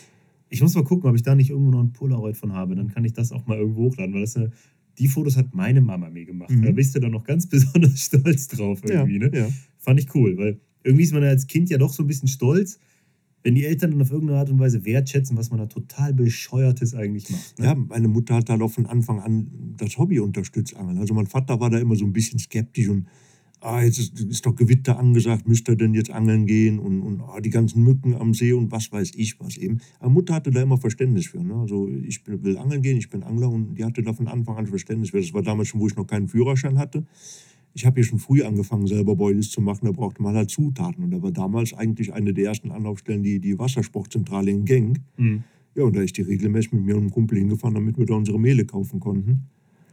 Ich muss mal gucken, ob ich da nicht irgendwo noch ein Polaroid von habe. Dann kann ich das auch mal irgendwo hochladen, weil das eine, die Fotos hat meine Mama mir gemacht. Mhm. Da bist du dann noch ganz besonders stolz drauf Ja, irgendwie. Ne? ja. Fand ich cool, weil irgendwie ist man ja als Kind ja doch so ein bisschen stolz, wenn die Eltern dann auf irgendeine Art und Weise wertschätzen, was man da total Bescheuertes eigentlich macht. Ne? Ja, meine Mutter hat halt auch von Anfang an das Hobby unterstützt, Angeln. Also mein Vater war da immer so ein bisschen skeptisch und ah, jetzt ist, ist doch Gewitter angesagt, müsst ihr denn jetzt angeln gehen und, und ah, die ganzen Mücken am See und was weiß ich was eben. Aber Mutter hatte da immer Verständnis für. Ne? Also ich bin, will angeln gehen, ich bin Angler und die hatte da von Anfang an Verständnis für. Das war damals schon, wo ich noch keinen Führerschein hatte. Ich habe hier schon früh angefangen, selber Boilies zu machen, da brauchte man halt Zutaten. Und da war damals eigentlich eine der ersten Anlaufstellen die, die Wassersportzentrale in Genk. Mhm. Ja, und da ist die regelmäßig mit mir und einem Kumpel hingefahren, damit wir da unsere Mehle kaufen konnten.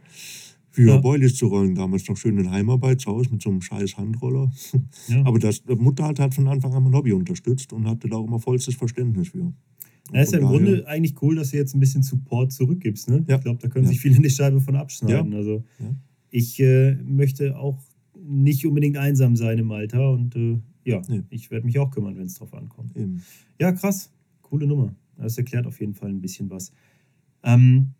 Für Ja. Boilies zu rollen, damals noch schön in Heimarbeit zu Hause mit so einem scheiß Handroller. Ja. Aber das, die Mutter hat halt von Anfang an mein Hobby unterstützt und hatte da auch immer vollstes Verständnis für. Und Ja, ist ja von im daher- Grunde eigentlich cool, dass du jetzt ein bisschen Support zurückgibst. Ne? Ja. Ich glaube, da können Ja. sich viele eine Scheibe von abschneiden. Also Ja. ich äh, möchte auch nicht unbedingt einsam sein im Alter und äh, ja, Nee. ich werde mich auch kümmern, wenn es drauf ankommt. Eben. Ja, krass. Coole Nummer. Das erklärt auf jeden Fall ein bisschen was. Ähm,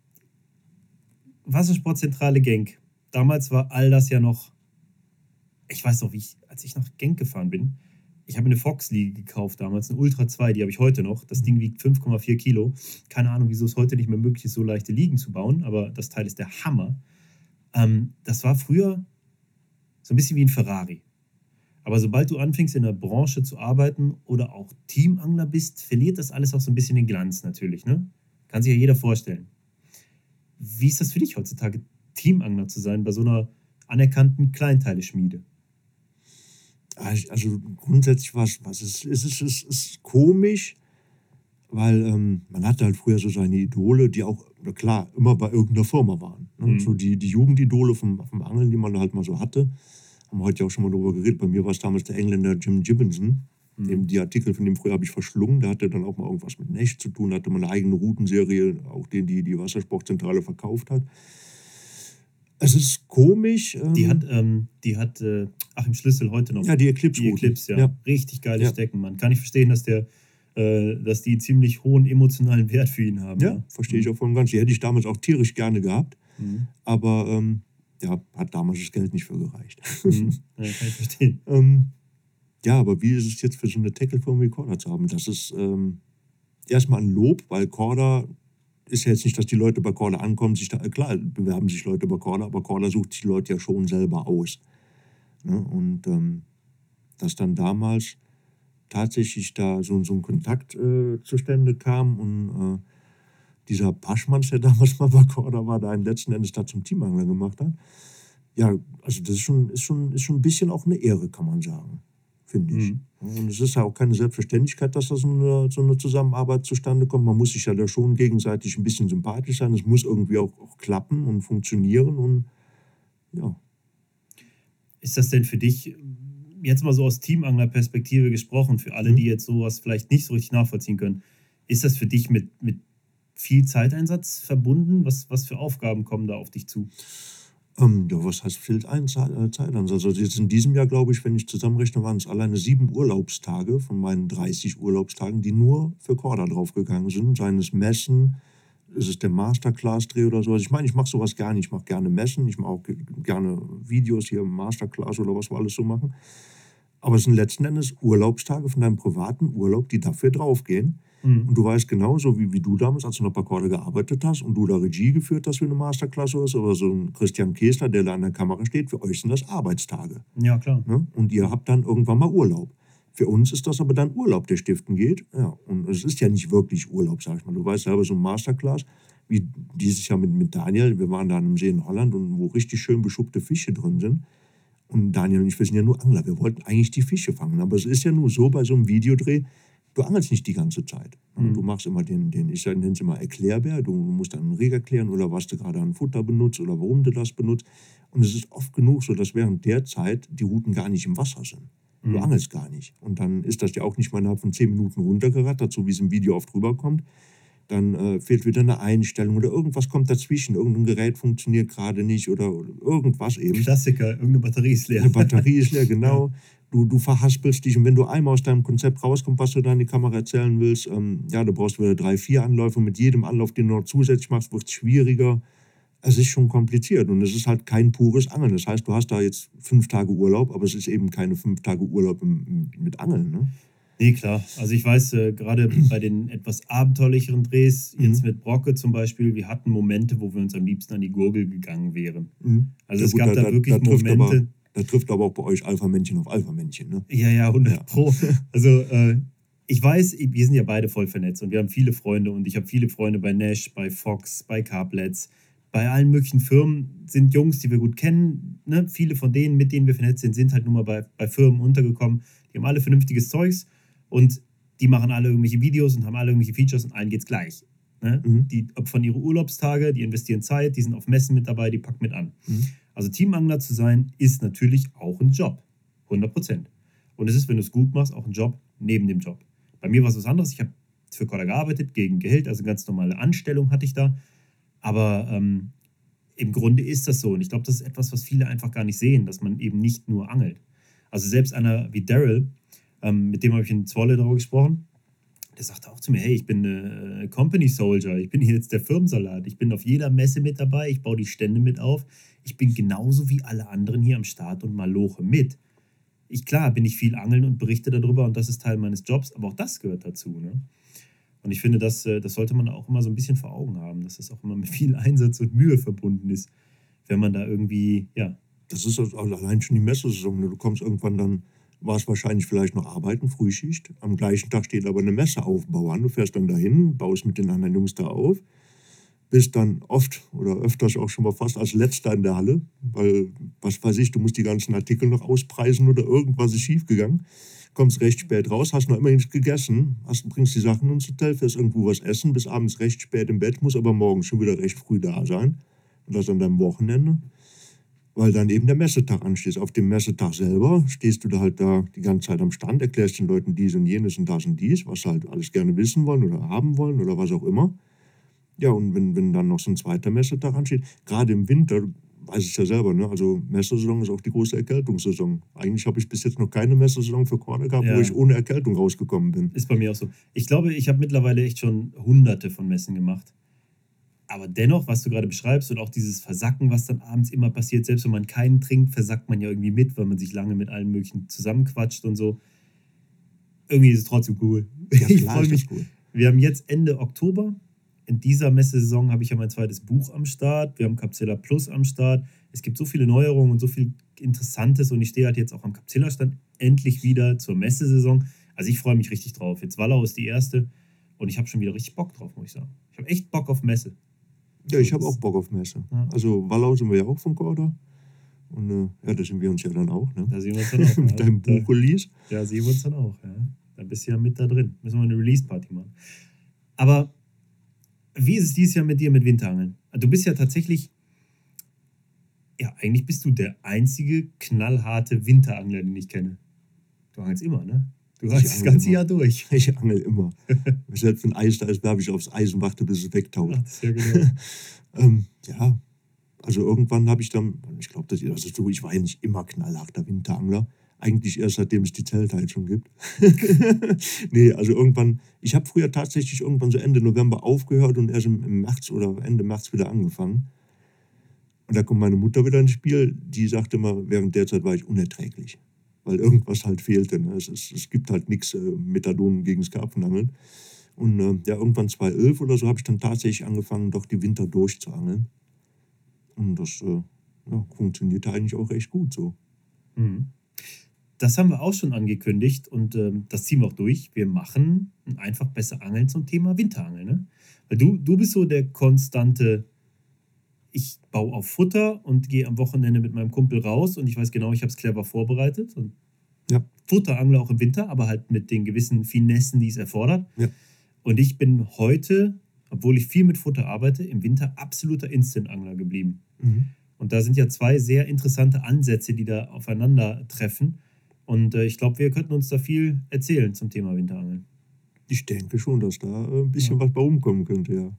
Wassersportzentrale Genk. Damals war all das ja noch, ich weiß noch, wie ich, als ich nach Genk gefahren bin, ich habe eine Fox-Liege gekauft damals, eine Ultra zwei, die habe ich heute noch. Das Ding wiegt fünf Komma vier Kilo. Keine Ahnung, wieso es heute nicht mehr möglich ist, so leichte Liegen zu bauen, aber das Teil ist der Hammer. Ähm, das war früher so ein bisschen wie ein Ferrari. Aber sobald du anfängst, in der Branche zu arbeiten oder auch Teamangler bist, verliert das alles auch so ein bisschen den Glanz natürlich. Ne? Kann sich ja jeder vorstellen. Wie ist das für dich heutzutage, Teamangler zu sein bei so einer anerkannten Kleinteileschmiede? Also grundsätzlich was, was ist, ist, ist, ist, ist komisch, weil ähm, man hatte halt früher so seine Idole, die auch, na klar, immer bei irgendeiner Firma waren. Ne? Mhm. So die, die Jugendidole vom, vom Angeln, die man halt mal so hatte. Haben wir heute ja auch schon mal darüber geredet. Bei mir war es damals der Engländer Jim Gibbonson. Mhm. Dem, die Artikel von dem früher habe ich verschlungen. Der hatte dann auch mal irgendwas mit Nash zu tun, hatte mal eine eigene Routenserie, auch den die die Wassersportzentrale verkauft hat. Es ist komisch. Ähm, Die hat, ähm, die hat äh, Achim Schlüssel heute noch. Ja, die Eclipse. Die Eclipse, ja. ja. Richtig geile Ja. Stecken, Mann. Kann ich verstehen, dass der, äh, dass die ziemlich hohen emotionalen Wert für ihn haben. Ja, Ja, verstehe ich auch voll und ganz. Die hätte ich damals auch tierisch gerne gehabt. Mhm. Aber ähm, ja, hat damals das Geld nicht für gereicht. Mhm. Ja, kann ich verstehen. ähm, ja, aber wie ist es jetzt für so eine Tackle-Firm wie Korda zu haben? Das ist ähm, erstmal ein Lob, weil Korda ist ja jetzt nicht, dass die Leute bei Korda ankommen, sich da, klar, bewerben sich Leute bei Korda, aber Korda sucht sich die Leute ja schon selber aus. Ne? Und ähm, dass dann damals tatsächlich da so, so ein Kontakt äh, zustande kam und äh, dieser Paschmanns, der damals mal bei Korda war, da einen letzten Endes da zum Teamangler gemacht hat. Ja, also das ist schon, ist schon, ist schon ein bisschen auch eine Ehre, kann man sagen, finde ich. Mhm. Und es ist ja auch keine Selbstverständlichkeit, dass da so eine, so eine Zusammenarbeit zustande kommt. Man muss sich ja da schon gegenseitig ein bisschen sympathisch sein. Es muss irgendwie auch, auch klappen und funktionieren und ja. Ist das denn für dich, jetzt mal so aus Teamangler-Perspektive gesprochen, für alle, Mhm. die jetzt sowas vielleicht nicht so richtig nachvollziehen können, ist das für dich mit, mit viel Zeiteinsatz verbunden? Was, was für Aufgaben kommen da auf dich zu? Ähm, ja, was heißt viel ein Zeit, äh, Zeitansatz? Also jetzt in diesem Jahr, glaube ich, wenn ich zusammenrechne, waren es alleine sieben Urlaubstage von meinen dreißig Urlaubstagen, die nur für Korda draufgegangen sind. Seien es Messen, ist es der Masterclass-Dreh oder so. Also ich meine, ich mache sowas gerne. Ich mache gerne Messen, ich mache auch ge- gerne Videos hier, Masterclass oder was wir alles so machen. Aber es sind letzten Endes Urlaubstage von deinem privaten Urlaub, die dafür draufgehen. Mhm. Und du weißt genauso, wie, wie du damals, als du noch bei Korda gearbeitet hast und du da Regie geführt hast für eine Masterclass oder so, oder so ein Christian Kessler, der da an der Kamera steht, für euch sind das Arbeitstage. Ja, klar. Ne? Und ihr habt dann irgendwann mal Urlaub. Für uns ist das aber dann Urlaub, der stiften geht. Ja, und es ist ja nicht wirklich Urlaub, sag ich mal. Du weißt selber, so ein Masterclass, wie dieses Jahr mit, mit Daniel, wir waren da an einem See in Holland, und wo richtig schön beschuppte Fische drin sind. Und Daniel und ich, wir sind ja nur Angler. Wir wollten eigentlich die Fische fangen. Aber es ist ja nur so bei so einem Videodreh, du angelst nicht die ganze Zeit. Mhm. Du machst immer den, den ich nenne es immer Erklärbär. Du musst dann einen Rig erklären oder was du gerade an Futter benutzt oder warum du das benutzt. Und es ist oft genug so, dass während der Zeit die Routen gar nicht im Wasser sind. Du Mhm. angelst gar nicht. Und dann ist das ja auch nicht mal innerhalb von zehn Minuten runtergerattert, so wie es im Video oft rüberkommt. Dann äh, fehlt wieder eine Einstellung oder irgendwas kommt dazwischen. Irgendein Gerät funktioniert gerade nicht oder irgendwas eben. Klassiker, irgendeine Batterie ist leer. Eine Batterie ist leer, genau. Du, du verhaspelst dich und wenn du einmal aus deinem Konzept rauskommst, was du da in die Kamera erzählen willst, ähm, ja, du brauchst wieder drei, vier Anläufe. Mit jedem Anlauf, den du noch zusätzlich machst, wird es schwieriger. Es ist schon kompliziert und es ist halt kein pures Angeln. Das heißt, du hast da jetzt fünf Tage Urlaub, aber es ist eben keine fünf Tage Urlaub im, mit Angeln. Ne? Nee, klar. Also ich weiß, äh, gerade bei den etwas abenteuerlicheren Drehs, jetzt Mhm. mit Brocke zum Beispiel, wir hatten Momente, wo wir uns am liebsten an die Gurgel gegangen wären. Mhm. Also Ja, es gut, gab da, wirklich trifft Momente. Aber, da trifft aber auch bei euch Alpha-Männchen auf Alpha-Männchen. Ne? Ja, ja, hundert Ja. Pro. Also äh, ich weiß, wir sind ja beide voll vernetzt und wir haben viele Freunde und ich habe viele Freunde bei Nash, bei Fox, bei Carplets, bei allen möglichen Firmen sind Jungs, die wir gut kennen. Ne? Viele von denen, mit denen wir vernetzt sind, sind halt nur mal bei, bei Firmen untergekommen. Die haben alle vernünftiges Zeugs und die machen alle irgendwelche Videos und haben alle irgendwelche Features und allen geht's gleich. Ne? Mhm. Die opfern ihre Urlaubstage, die investieren Zeit, die sind auf Messen mit dabei, die packen mit an. Mhm. Also Teamangler zu sein, ist natürlich auch ein Job. hundert Prozent. Und es ist, wenn du es gut machst, auch ein Job neben dem Job. Bei mir war es was anderes. Ich habe für Korda gearbeitet, gegen Gehalt, also ganz normale Anstellung hatte ich da. Aber ähm, im Grunde ist das so. Und ich glaube, das ist etwas, was viele einfach gar nicht sehen, dass man eben nicht nur angelt. Also selbst einer wie Daryl, ähm, mit dem habe ich in Zwolle darüber gesprochen, der sagte auch zu mir, hey, ich bin äh, Company Soldier, ich bin hier jetzt der Firmensalat, ich bin auf jeder Messe mit dabei, ich baue die Stände mit auf, ich bin genauso wie alle anderen hier am Start und maloche mit. Ich, klar, bin ich viel angeln und berichte darüber und das ist Teil meines Jobs, aber auch das gehört dazu. Ne? Und ich finde, das, äh, das sollte man auch immer so ein bisschen vor Augen haben, dass das auch immer mit viel Einsatz und Mühe verbunden ist, wenn man da irgendwie, ja. Das ist also allein schon die Messesaison. Ne? Du kommst irgendwann dann, warst wahrscheinlich vielleicht noch arbeiten, Frühschicht. Am gleichen Tag steht aber eine Messeaufbau an. Du fährst dann dahin, baust mit den anderen Jungs da auf. bist dann oft oder öfters auch schon mal fast als Letzter in der Halle, weil, was weiß ich, du musst die ganzen Artikel noch auspreisen oder irgendwas ist schiefgegangen. Kommst recht spät raus, hast noch immer nichts gegessen, hast, bringst die Sachen ins Hotel, fährst irgendwo was essen, bis abends recht spät im Bett, muss aber morgens schon wieder recht früh da sein. Und das an deinem Wochenende, weil dann eben der Messetag ansteht. Auf dem Messetag selber stehst du da halt da die ganze Zeit am Stand, erklärst den Leuten dies und jenes und das und dies, was sie halt alles gerne wissen wollen oder haben wollen oder was auch immer. Ja, und wenn, wenn dann noch so ein zweiter Messetag ansteht, gerade im Winter, weiß ich ja selber, ne? Also Messesaison ist auch die große Erkältungssaison. Eigentlich habe ich bis jetzt noch keine Messesaison für Corner gehabt, Ja. wo ich ohne Erkältung rausgekommen bin. Ist bei mir auch so. Ich glaube, ich habe mittlerweile echt schon hunderte von Messen gemacht. Aber dennoch, was du gerade beschreibst und auch dieses Versacken, was dann abends immer passiert, selbst wenn man keinen trinkt, versackt man ja irgendwie mit, weil man sich lange mit allen möglichen zusammenquatscht und so. Irgendwie ist es trotzdem cool. Ja, Ich klar freue ist mich. das cool. Wir haben jetzt Ende Oktober. In dieser Messesaison habe ich ja mein zweites Buch am Start. Wir haben Capsella Plus am Start. Es gibt so viele Neuerungen und so viel Interessantes und ich stehe halt jetzt auch am Capsella-Stand endlich wieder zur Messesaison. Also ich freue mich richtig drauf. Jetzt Wallau ist die erste und ich habe schon wieder richtig Bock drauf, muss ich sagen. Ich habe echt Bock auf Messe. Ja, ich habe auch Bock auf Messe. Ja. Also Wallau sind wir ja auch von Corda. Und äh, ja, da sind wir uns ja dann auch, ne? Da sehen wir uns dann auch. Mit ja. deinem Da- Buch-Release. Ja, sehen wir uns dann auch. Ja. Da bist du ja mit da drin. Müssen wir eine Release-Party machen. Aber wie ist es dieses Jahr mit dir mit Winterangeln? Du bist ja tatsächlich, ja, eigentlich bist du der einzige knallharte Winterangler, den ich kenne. Du angelst immer, ne? Du Ich angelst das angel ganze immer. Jahr durch. Ich angel immer. Selbst wenn Eis da ist, werfe ich aufs Eis und warte, bis es wegtaucht. Ach, das ist ja genau. Ähm, ja, also irgendwann habe ich dann, ich glaube, das ist also so, ich war ja nicht immer knallharter Winterangler. Eigentlich erst seitdem es die Zeltheit schon gibt. Nee, also irgendwann, ich habe früher tatsächlich irgendwann so Ende November aufgehört und erst im, im März oder Ende März wieder angefangen. Und da kommt meine Mutter wieder ins Spiel, die sagte immer, während der Zeit war ich unerträglich. Weil irgendwas halt fehlte. Ne? Es, es, es gibt halt nichts äh, Methadon gegen das Karpfenangeln. Und äh, ja, irgendwann zweitausendelf oder so habe ich dann tatsächlich angefangen, doch die Winter durchzuangeln. Und das äh, ja, funktionierte eigentlich auch recht gut so. Mhm. Das haben wir auch schon angekündigt und ähm, das ziehen wir auch durch. Wir machen ein einfach besser Angeln zum Thema Winterangeln. Ne? Weil du, du bist so der konstante, ich baue auf Futter und gehe am Wochenende mit meinem Kumpel raus und ich weiß genau, ich habe es clever vorbereitet. Und Ja. Futterangle auch im Winter, aber halt mit den gewissen Finessen, die es erfordert. Ja. Und ich bin heute, obwohl ich viel mit Futter arbeite, im Winter absoluter Instant-Angler geblieben. Mhm. Und da sind ja zwei sehr interessante Ansätze, die da aufeinandertreffen. Und äh, ich glaube, wir könnten uns da viel erzählen zum Thema Winterangeln. Ich denke schon, dass da äh, ein bisschen Ja. was bei rumkommen könnte, ja.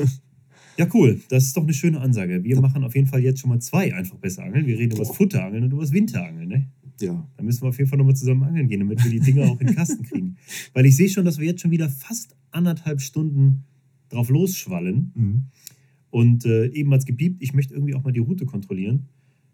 Ja, cool. Das ist doch eine schöne Ansage. Wir machen auf jeden Fall jetzt schon mal zwei einfach besser Angeln. Wir reden über das Boah. Futterangeln und über das Winterangeln. Ne? Ja, Da müssen wir auf jeden Fall nochmal zusammen angeln gehen, damit wir die Dinger auch in den Kasten kriegen. Weil ich sehe schon, dass wir jetzt schon wieder fast anderthalb Stunden drauf losschwallen. mhm. Und äh, eben hat es gepiept, ich möchte irgendwie auch mal die Route kontrollieren.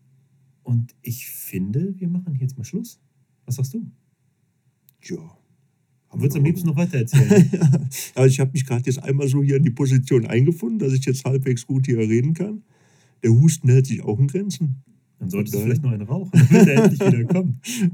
Und ich finde, wir machen hier jetzt mal Schluss. Was sagst du? ja. Du würdest am liebsten noch weiter erzählen. Ja, also ich habe mich gerade jetzt einmal so hier in die Position eingefunden, dass ich jetzt halbwegs gut hier reden kann. Der Husten hält sich auch in Grenzen. Dann solltest du Geil. vielleicht noch einen rauchen, damit er endlich wieder kommt.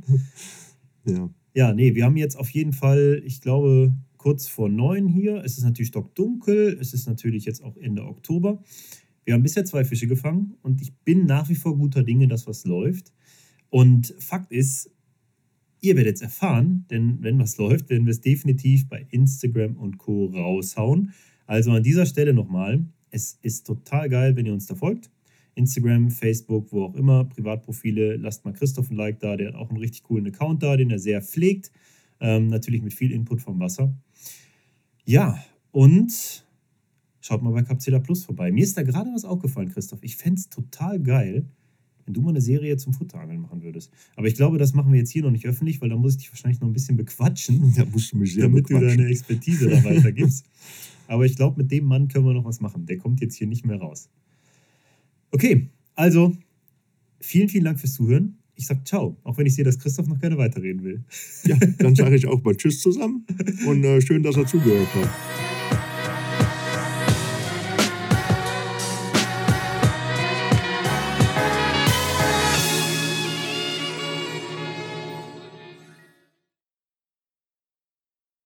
Ja, Ja, nee, wir haben jetzt auf jeden Fall, ich glaube, kurz vor neun hier. Es ist natürlich stockdunkel. Es ist natürlich jetzt auch Ende Oktober. Wir haben bisher zwei Fische gefangen und ich bin nach wie vor guter Dinge, dass was läuft. Und Fakt ist, ihr werdet es erfahren, denn wenn was läuft, werden wir es definitiv bei Instagram und Co. raushauen. Also an dieser Stelle nochmal, es ist total geil, wenn ihr uns da folgt. Instagram, Facebook, wo auch immer, Privatprofile, lasst mal Christoph ein Like da, der hat auch einen richtig coolen Account da, den er sehr pflegt. Ähm, natürlich mit viel Input vom Wasser. Ja, und schaut mal bei Capsella Plus vorbei. Mir ist da gerade was aufgefallen, Christoph. Ich fände es total geil, wenn du mal eine Serie zum Futterangeln machen würdest. Aber ich glaube, das machen wir jetzt hier noch nicht öffentlich, weil da muss ich dich wahrscheinlich noch ein bisschen bequatschen, da musst du mich sehr damit du bequatschen. deine Expertise da weitergibst. Aber ich glaube, mit dem Mann können wir noch was machen. Der kommt jetzt hier nicht mehr raus. Okay, also vielen, vielen Dank fürs Zuhören. Ich sag ciao, auch wenn ich sehe, dass Christoph noch gerne weiterreden will. Ja, dann sage ich auch mal Tschüss zusammen und äh, schön, dass er zugehört hat.